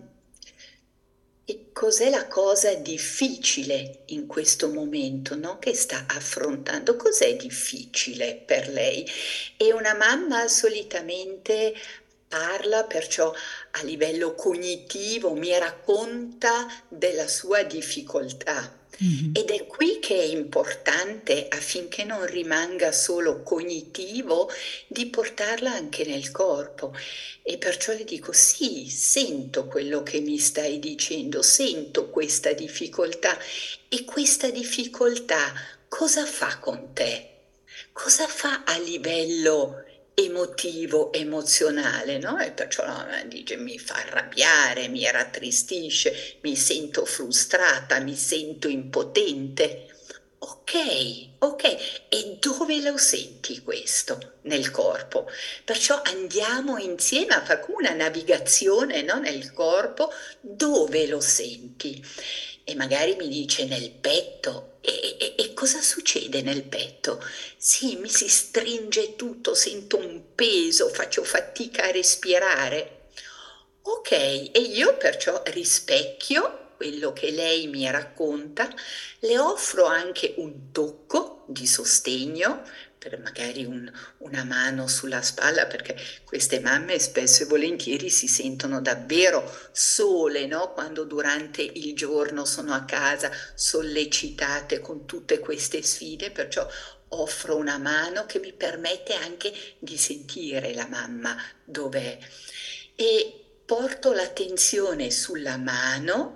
che cos'è la cosa difficile in questo momento, no? Che sta affrontando. Cos'è difficile per lei? E una mamma solitamente parla, perciò a livello cognitivo mi racconta della sua difficoltà. Mhm. Ed è qui che è importante, affinché non rimanga solo cognitivo, di portarla anche nel corpo. E perciò le dico: sì, sento quello che mi stai dicendo, sento questa difficoltà. E questa difficoltà cosa fa con te? Cosa fa a livello emotivo, emozionale, no? E perciò no, dice: mi fa arrabbiare, mi rattristisce, mi sento frustrata, mi sento impotente. Ok, ok, e dove lo senti questo nel corpo? Perciò andiamo insieme a fare come una navigazione, no, nel corpo, dove lo senti? E magari mi dice nel petto. E, e- e cosa succede nel petto? Sì, mi si stringe tutto, sento un peso, faccio fatica a respirare. Ok, e io perciò rispecchio quello che lei mi racconta, le offro anche un tocco di sostegno, per magari un- una mano sulla spalla, perché queste mamme spesso e volentieri si sentono davvero sole, no? Quando durante il giorno sono a casa sollecitate con tutte queste sfide, perciò offro una mano che mi permette anche di sentire la mamma dov'è e porto l'attenzione sulla mano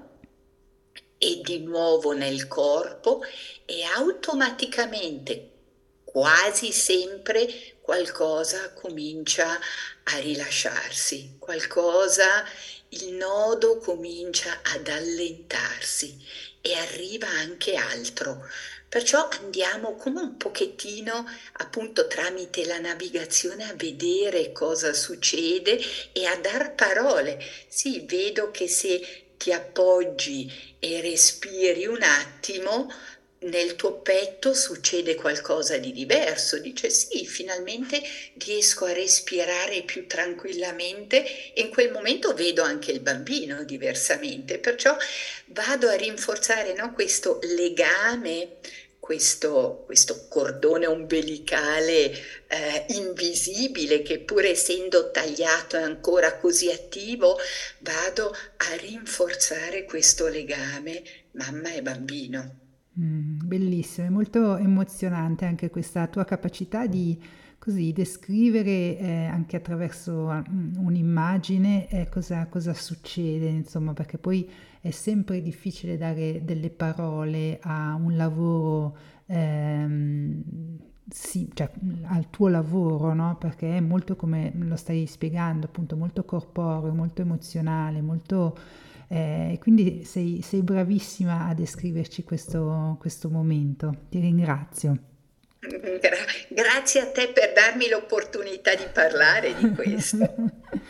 e di nuovo nel corpo e automaticamente, quasi sempre, qualcosa comincia a rilasciarsi, qualcosa, il nodo comincia ad allentarsi e arriva anche altro. Perciò andiamo come un pochettino, appunto, tramite la navigazione a vedere cosa succede e a dar parole. Sì, vedo che se ti appoggi e respiri un attimo, nel tuo petto succede qualcosa di diverso. Dice: sì, finalmente riesco a respirare più tranquillamente e in quel momento vedo anche il bambino diversamente. Perciò vado a rinforzare, no, questo legame. Questo, questo cordone ombelicale eh, invisibile che pur essendo tagliato è ancora così attivo, vado a rinforzare questo legame mamma e bambino. Mm, bellissimo, è molto emozionante anche questa tua capacità di così descrivere eh, anche attraverso mm, un'immagine eh, cosa, cosa succede, insomma, perché poi è sempre difficile dare delle parole a un lavoro, ehm, sì, cioè al tuo lavoro, no? Perché è molto come lo stai spiegando, appunto, molto corporeo, molto emozionale, molto eh, quindi sei, sei bravissima a descriverci questo, questo momento. Ti ringrazio. Gra- grazie a te per darmi l'opportunità di parlare di questo.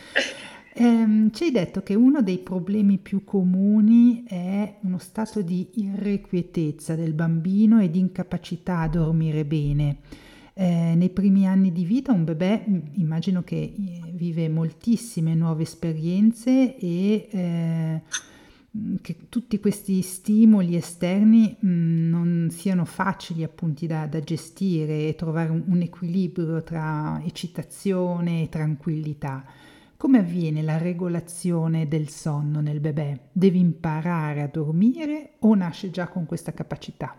Ehm, ci hai detto che uno dei problemi più comuni è uno stato di irrequietezza del bambino e di incapacità a dormire bene. Eh, nei primi anni di vita un bebè mm, immagino che eh, vive moltissime nuove esperienze e eh, mm, che tutti questi stimoli esterni mm, non siano facili appunti da, da gestire e trovare un, un equilibrio tra eccitazione e tranquillità. Come avviene la regolazione del sonno nel bebè? Devi imparare a dormire o nasce già con questa capacità?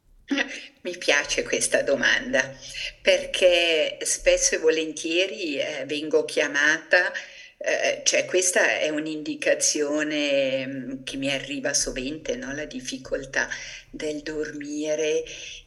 Mi piace questa domanda perché spesso e volentieri eh, vengo chiamata, eh, cioè questa è un'indicazione mm, che mi arriva sovente, no? La difficoltà del dormire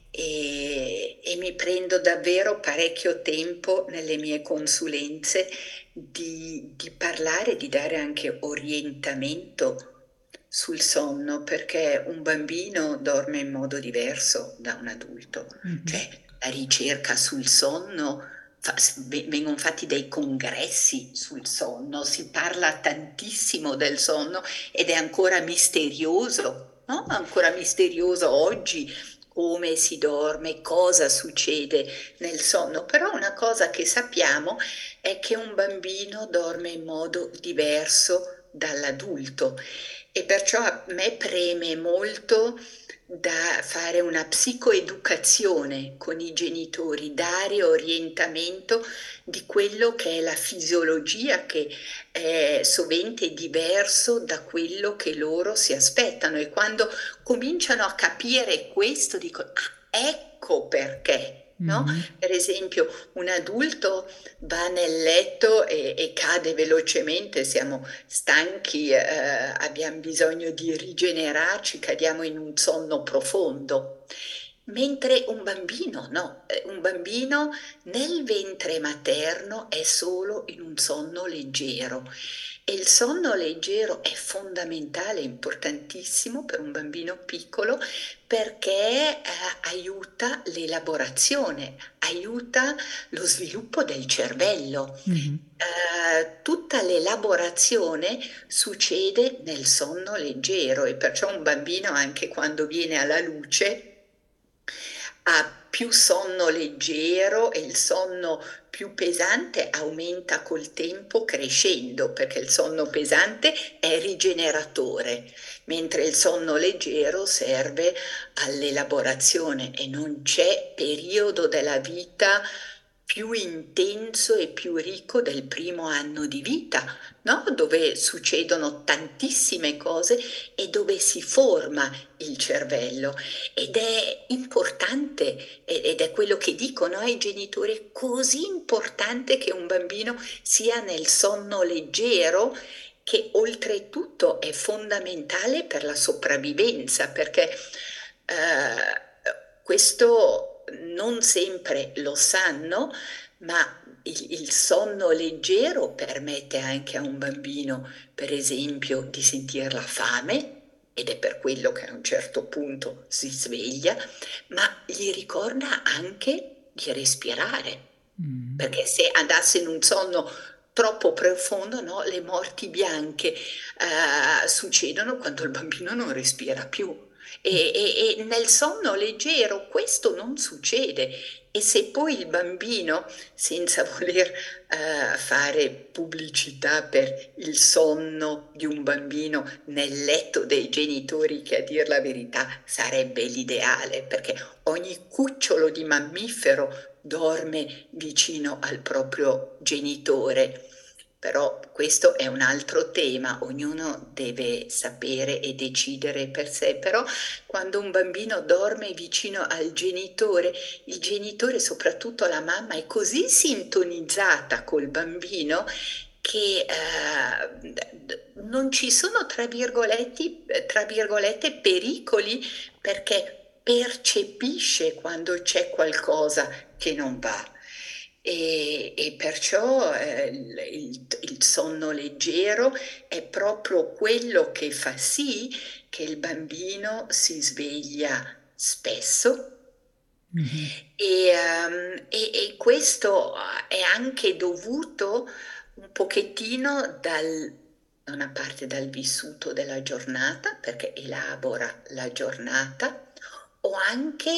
e, e mi prendo davvero parecchio tempo nelle mie consulenze di, di parlare, di dare anche orientamento sul sonno, perché un bambino dorme in modo diverso da un adulto, Mhm. cioè la ricerca sul sonno, fa- v- vengono fatti dei congressi sul sonno, si parla tantissimo del sonno ed è ancora misterioso, no? Ancora misterioso oggi come si dorme, cosa succede nel sonno, però una cosa che sappiamo è che un bambino dorme in modo diverso dall'adulto e perciò a me preme molto da fare una psicoeducazione con i genitori, dare orientamento di quello che è la fisiologia che è sovente diverso da quello che loro si aspettano e quando cominciano a capire questo dico, ah, ecco perché. No? Mhm. Per esempio, un adulto va nel letto e, e cade velocemente, siamo stanchi, eh, abbiamo bisogno di rigenerarci, cadiamo in un sonno profondo. Mentre un bambino, no, Eh, un bambino nel ventre materno è solo in un sonno leggero e il sonno leggero è fondamentale, importantissimo per un bambino piccolo perché eh, aiuta l'elaborazione, aiuta lo sviluppo del cervello. Mhm. Eh, tutta l'elaborazione succede nel sonno leggero e perciò un bambino anche quando viene alla luce ha più sonno leggero e il sonno più pesante aumenta col tempo crescendo perché il sonno pesante è rigeneratore, mentre il sonno leggero serve all'elaborazione e non c'è periodo della vita più intenso e più ricco del primo anno di vita, no? Dove succedono tantissime cose e dove si forma il cervello. Ed è importante, ed è quello che dicono ai genitori, è così importante che un bambino sia nel sonno leggero, che oltretutto è fondamentale per la sopravvivenza, perché eh, questo non sempre lo sanno, ma il, il sonno leggero permette anche a un bambino, per esempio, di sentire la fame, ed è per quello che a un certo punto si sveglia, ma gli ricorda anche di respirare, Mhm. perché se andasse in un sonno troppo profondo, no, le morti bianche eh, succedono quando il bambino non respira più. E, e- e nel sonno leggero questo non succede. E se poi il bambino, senza voler eh, fare pubblicità per il sonno di un bambino nel letto dei genitori, che a dir la verità sarebbe l'ideale, perché ogni cucciolo di mammifero dorme vicino al proprio genitore. Però questo è un altro tema, ognuno deve sapere e decidere per sé. Però quando un bambino dorme vicino al genitore, il genitore, soprattutto la mamma, è così sintonizzata col bambino che eh, d- non ci sono, tra virgoletti, tra virgolette, pericoli perché percepisce quando c'è qualcosa che non va. E, e perciò eh, il, il- il sonno leggero è proprio quello che fa sì che il bambino si sveglia spesso Mhm. e, ehm, e- e questo è anche dovuto un pochettino dal, da una parte dal vissuto della giornata, perché elabora la giornata, o anche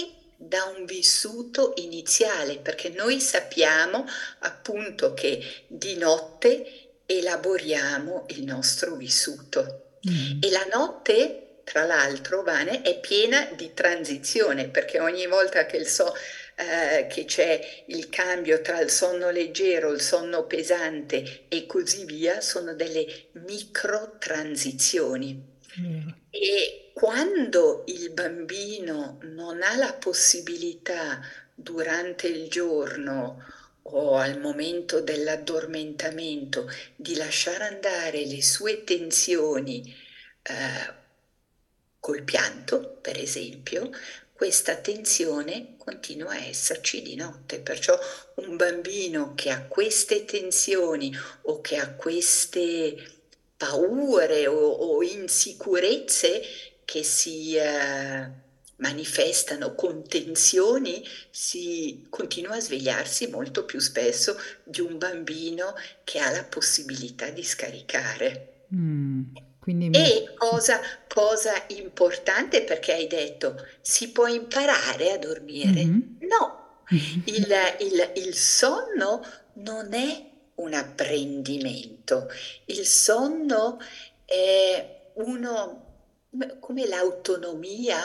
da un vissuto iniziale, perché noi sappiamo appunto che di notte elaboriamo il nostro vissuto. Mm. E la notte, tra l'altro, Vane, è piena di transizione, perché ogni volta che, il so- eh, che c'è il cambio tra il sonno leggero, il sonno pesante e così via, sono delle micro transizioni. Vero. E quando il bambino non ha la possibilità durante il giorno o al momento dell'addormentamento di lasciare andare le sue tensioni, eh, col pianto, per esempio, questa tensione continua a esserci di notte. Perciò un bambino che ha queste tensioni o che ha queste paure o, o insicurezze che si eh, manifestano con tensioni, si continua a svegliarsi molto più spesso di un bambino che ha la possibilità di scaricare. Mm. Quindi mi... E sì. cosa, cosa importante, perché hai detto, si può imparare a dormire? Mhm. No, il, il- il sonno non è un apprendimento, il sonno è uno, come l'autonomia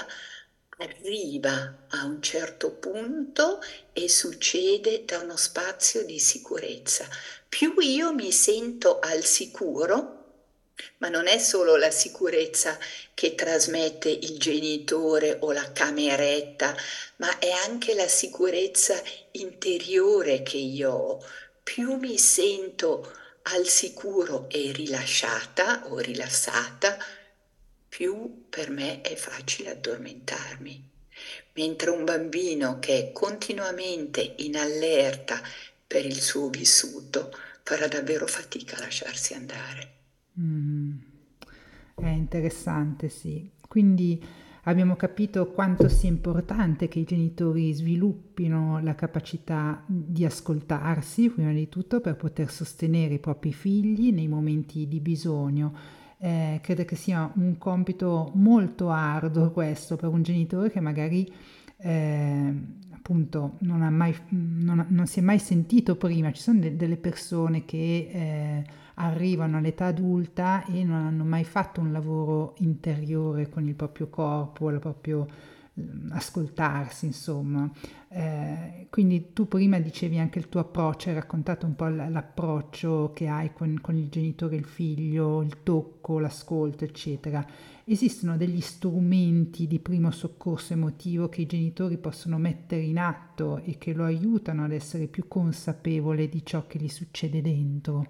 arriva a un certo punto e succede da uno spazio di sicurezza. Più io mi sento al sicuro, ma non è solo la sicurezza che trasmette il genitore o la cameretta, ma è anche la sicurezza interiore che io ho. Più mi sento al sicuro e rilasciata o rilassata, più per me è facile addormentarmi. Mentre un bambino che è continuamente in allerta per il suo vissuto farà davvero fatica a lasciarsi andare. Mm. È interessante, sì. Quindi abbiamo capito quanto sia importante che i genitori sviluppino la capacità di ascoltarsi, prima di tutto, per poter sostenere i propri figli nei momenti di bisogno. Eh, credo che sia un compito molto arduo questo per un genitore che magari eh, appunto non ha mai, non, ha- non si è mai sentito prima. Ci sono de- delle persone che eh, arrivano all'età adulta e non hanno mai fatto un lavoro interiore con il proprio corpo, il proprio mm, ascoltarsi, insomma. Eh, quindi tu prima dicevi anche il tuo approccio, hai raccontato un po' l- l'approccio che hai con, con il genitore e il figlio, il tocco, l'ascolto, eccetera. Esistono degli strumenti di primo soccorso emotivo che i genitori possono mettere in atto e che lo aiutano ad essere più consapevole di ciò che gli succede dentro?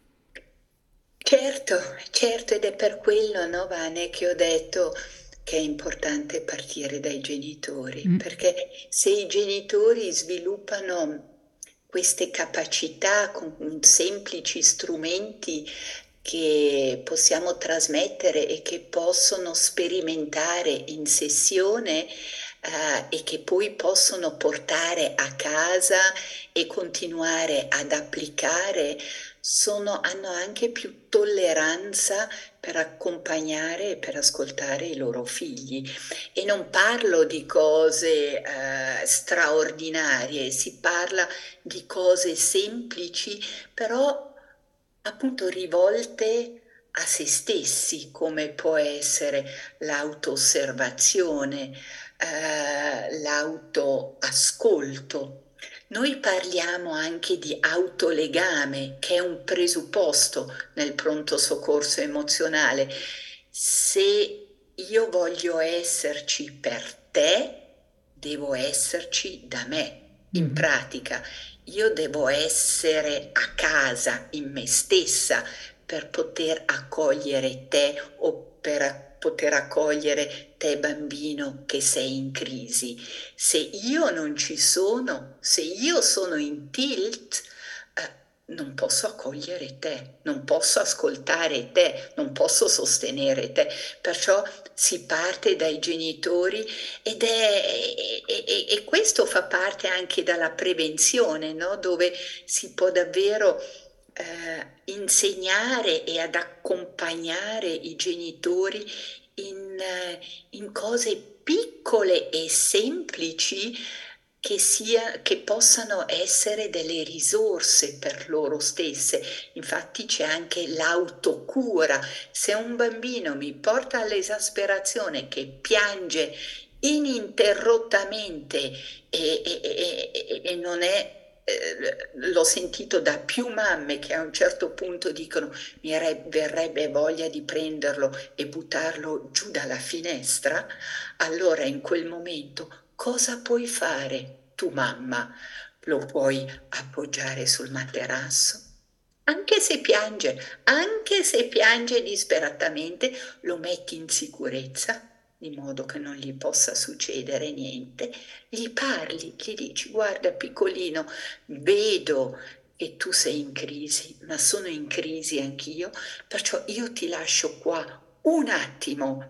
Certo, certo, ed è per quello, no, Vane, che ho detto che è importante partire dai genitori, Mm. perché se i genitori sviluppano queste capacità con semplici strumenti che possiamo trasmettere e che possono sperimentare in sessione, eh, e che poi possono portare a casa e continuare ad applicare, sono- hanno anche più tolleranza per accompagnare e per ascoltare i loro figli. E non parlo di cose eh, straordinarie, si parla di cose semplici, però appunto rivolte a se stessi, come può essere l'auto-osservazione, eh, l'autoascolto. Noi parliamo anche di autolegame, che è un presupposto nel pronto soccorso emozionale. Se io voglio esserci per te, devo esserci da me. In Mhm. pratica, io devo essere a casa in me stessa per poter accogliere te o per poter accogliere te bambino che sei in crisi. Se io non ci sono, se io sono in tilt, eh, non posso accogliere te, non posso ascoltare te, non posso sostenere te. Perciò si parte dai genitori ed è, e, e- e questo fa parte anche dalla prevenzione, no? Dove si può davvero eh, insegnare e ad accompagnare i genitori in, eh, in cose piccole piccole e semplici che, sia, che possano essere delle risorse per loro stesse. Infatti c'è anche l'autocura. Se un bambino mi porta all'esasperazione, che piange ininterrottamente e, e- e- e- e non è... eh, L'ho sentito da più mamme che a un certo punto dicono mi re- verrebbe voglia di prenderlo e buttarlo giù dalla finestra, allora in quel momento cosa puoi fare tu mamma? Lo puoi appoggiare sul materasso? Anche se piange, anche se piange disperatamente, lo metti in sicurezza, in modo che non gli possa succedere niente. Gli parli, gli dici, guarda piccolino, vedo che tu sei in crisi, ma sono in crisi anch'io, perciò io ti lascio qua un attimo,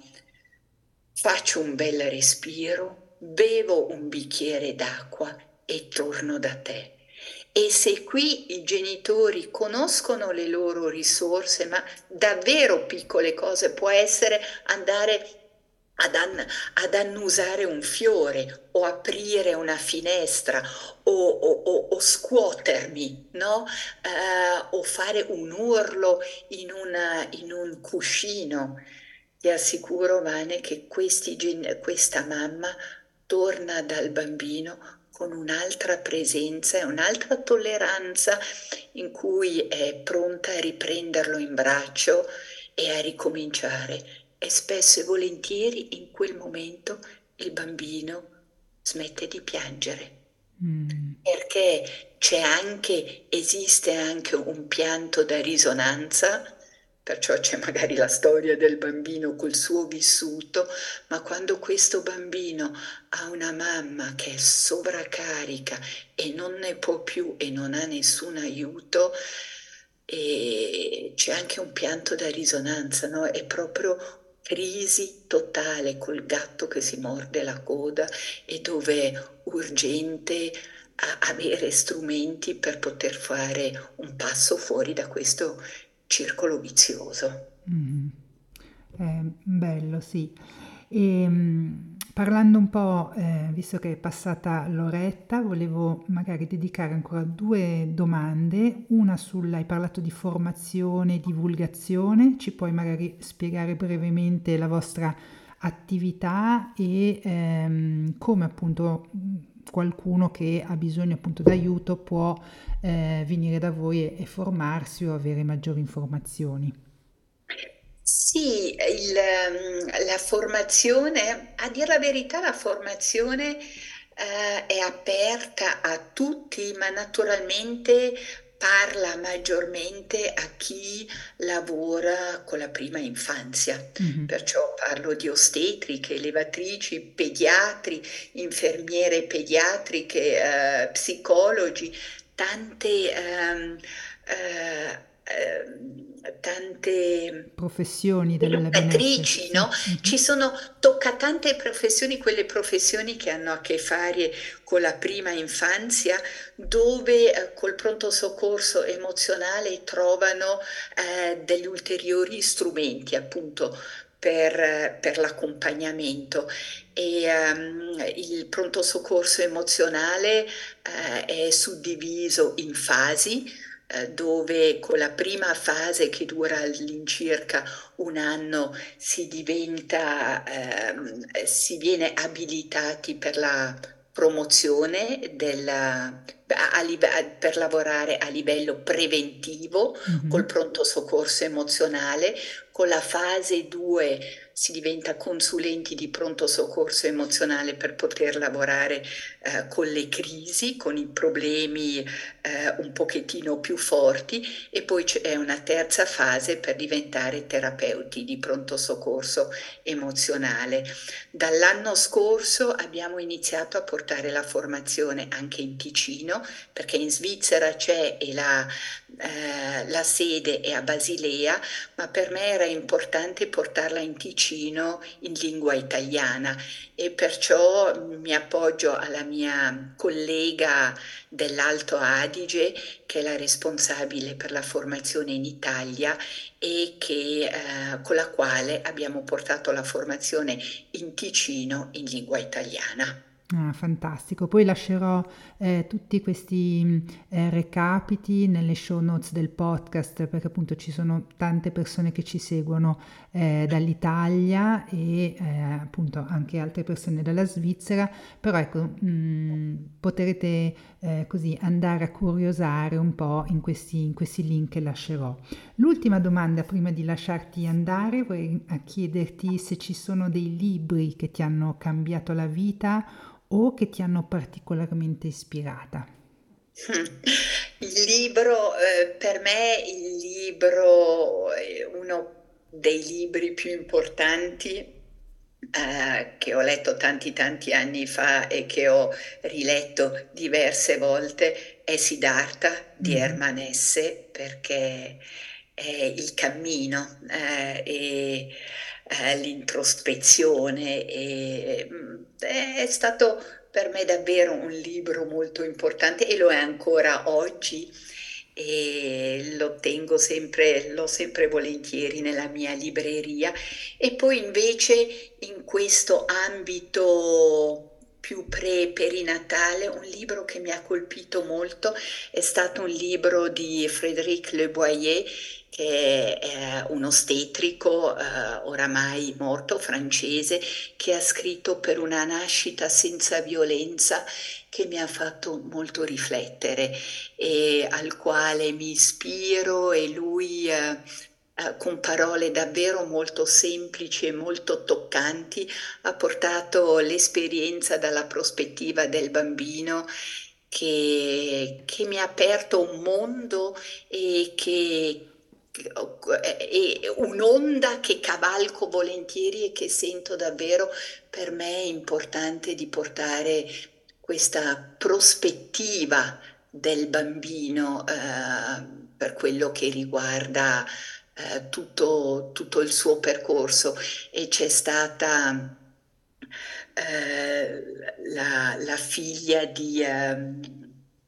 faccio un bel respiro, bevo un bicchiere d'acqua e torno da te. E se qui i genitori conoscono le loro risorse, ma davvero piccole cose, può essere andare ad, an- ad annusare un fiore o aprire una finestra o, o- o- o scuotermi, no? Eh, o fare un urlo in, una- in un cuscino. Ti assicuro, Vane, che questi gen- questa mamma torna dal bambino con un'altra presenza e un'altra tolleranza in cui è pronta a riprenderlo in braccio e a ricominciare. E spesso e volentieri in quel momento il bambino smette di piangere. Mm. Perché c'è anche, esiste anche un pianto da risonanza, perciò c'è magari la storia del bambino col suo vissuto, ma quando questo bambino ha una mamma che è sovraccarica e non ne può più e non ha nessun aiuto, e c'è anche un pianto da risonanza, no? È proprio crisi totale col gatto che si morde la coda e dove è urgente a- avere strumenti per poter fare un passo fuori da questo circolo vizioso. Mh. È bello, sì. Ehm, parlando un po', ehm, visto che è passata l'oretta, volevo magari dedicare ancora due domande. Una sulla hai parlato di formazione e divulgazione, ci puoi magari spiegare brevemente la vostra attività e, ehm, come appunto, mhmm, qualcuno che ha bisogno appunto d'aiuto può, ehm, venire da voi e e formarsi o avere maggiori informazioni. Sì, il, ehm, la formazione, a dire la verità, la formazione eh, è aperta a tutti, ma naturalmente parla maggiormente a chi lavora con la prima infanzia. Mh-mh. Perciò parlo di ostetriche, levatrici, pediatri, infermiere pediatriche, eh, psicologi, tante, ehm, eh, ehm, tante Professioni del benessere, educatrici, sì. no? Mh-mh. Ci sono, tocca tante professioni, quelle professioni che hanno a che fare con la prima infanzia, dove eh, col pronto soccorso emozionale trovano eh, degli ulteriori strumenti, appunto. Per, eh, per l'accompagnamento e ehm, il pronto soccorso emozionale eh, è suddiviso in fasi, eh, dove con la prima fase che dura all'incirca un anno si diventa, ehm, si viene abilitati per la promozione della, a live- per lavorare a livello preventivo Mh-mh. col pronto soccorso emozionale. Con la fase due si diventa consulenti di pronto soccorso emozionale per poter lavorare eh, con le crisi, con i problemi eh, un pochettino più forti, e poi c'è una terza fase per diventare terapeuti di pronto soccorso emozionale. Dall'anno scorso abbiamo iniziato a portare la formazione anche in Ticino, perché in Svizzera c'è e la, eh, la sede è a Basilea, ma per me era importante portarla in Ticino in lingua italiana e perciò mi appoggio alla mia collega dell'Alto Adige, che è la responsabile per la formazione in Italia e che, eh, con la quale abbiamo portato la formazione in Ticino in lingua italiana. Ah, fantastico. Poi lascerò eh, tutti questi mh, eh, recapiti nelle show notes del podcast perché appunto ci sono tante persone che ci seguono eh, dall'Italia e eh, appunto anche altre persone dalla Svizzera, però ecco, mh, potrete eh, così andare a curiosare un po' in questi, in questi link che lascerò. L'ultima domanda prima di lasciarti andare, vorrei eh, chiederti se ci sono dei libri che ti hanno cambiato la vita o che ti hanno particolarmente ispirata? Il libro, eh, per me il libro è uno dei libri più importanti eh, che ho letto tanti tanti anni fa e che ho riletto diverse volte è Siddhartha di Mhm. Hermann Hesse, perché è il cammino eh, e eh, l'introspezione e, mm, è stato per me è davvero un libro molto importante e lo è ancora oggi e lo tengo sempre, l'ho sempre volentieri nella mia libreria. E poi invece in questo ambito più pre-perinatale, un libro che mi ha colpito molto è stato un libro di Frédéric Le Boyer, che è un ostetrico eh, oramai morto, francese, che ha scritto Per una nascita senza violenza, che mi ha fatto molto riflettere e al quale mi ispiro e lui eh, eh, con parole davvero molto semplici e molto toccanti ha portato l'esperienza dalla prospettiva del bambino che, che mi ha aperto un mondo e che e un'onda che cavalco volentieri e che sento davvero per me è importante di portare questa prospettiva del bambino eh, per quello che riguarda eh, tutto, tutto il suo percorso e c'è stata eh, la, la figlia di... ehm,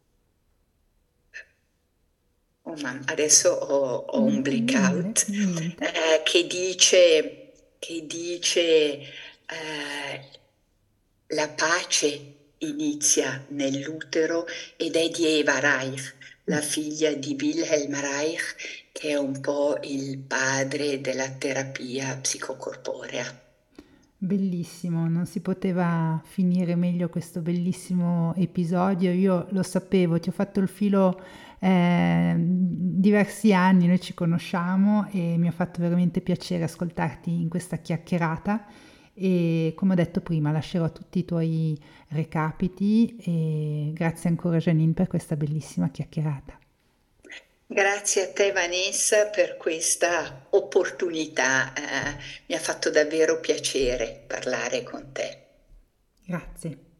oh, ma adesso ho, ho un Mm, niente, blackout niente. eh, che dice, che dice eh, la pace inizia nell'utero ed è di Eva Reich, la Mm. figlia di Wilhelm Reich, che è un po' il padre della terapia psicocorporea. Bellissimo, non si poteva finire meglio questo bellissimo episodio. Io lo sapevo, ti ho fatto il filo eh, diversi anni, noi ci conosciamo e mi ha fatto veramente piacere ascoltarti in questa chiacchierata e come ho detto prima lascerò tutti i tuoi recapiti e grazie ancora Janine per questa bellissima chiacchierata. Grazie a te Vanessa per questa opportunità, eh, mi ha fatto davvero piacere parlare con te. Grazie.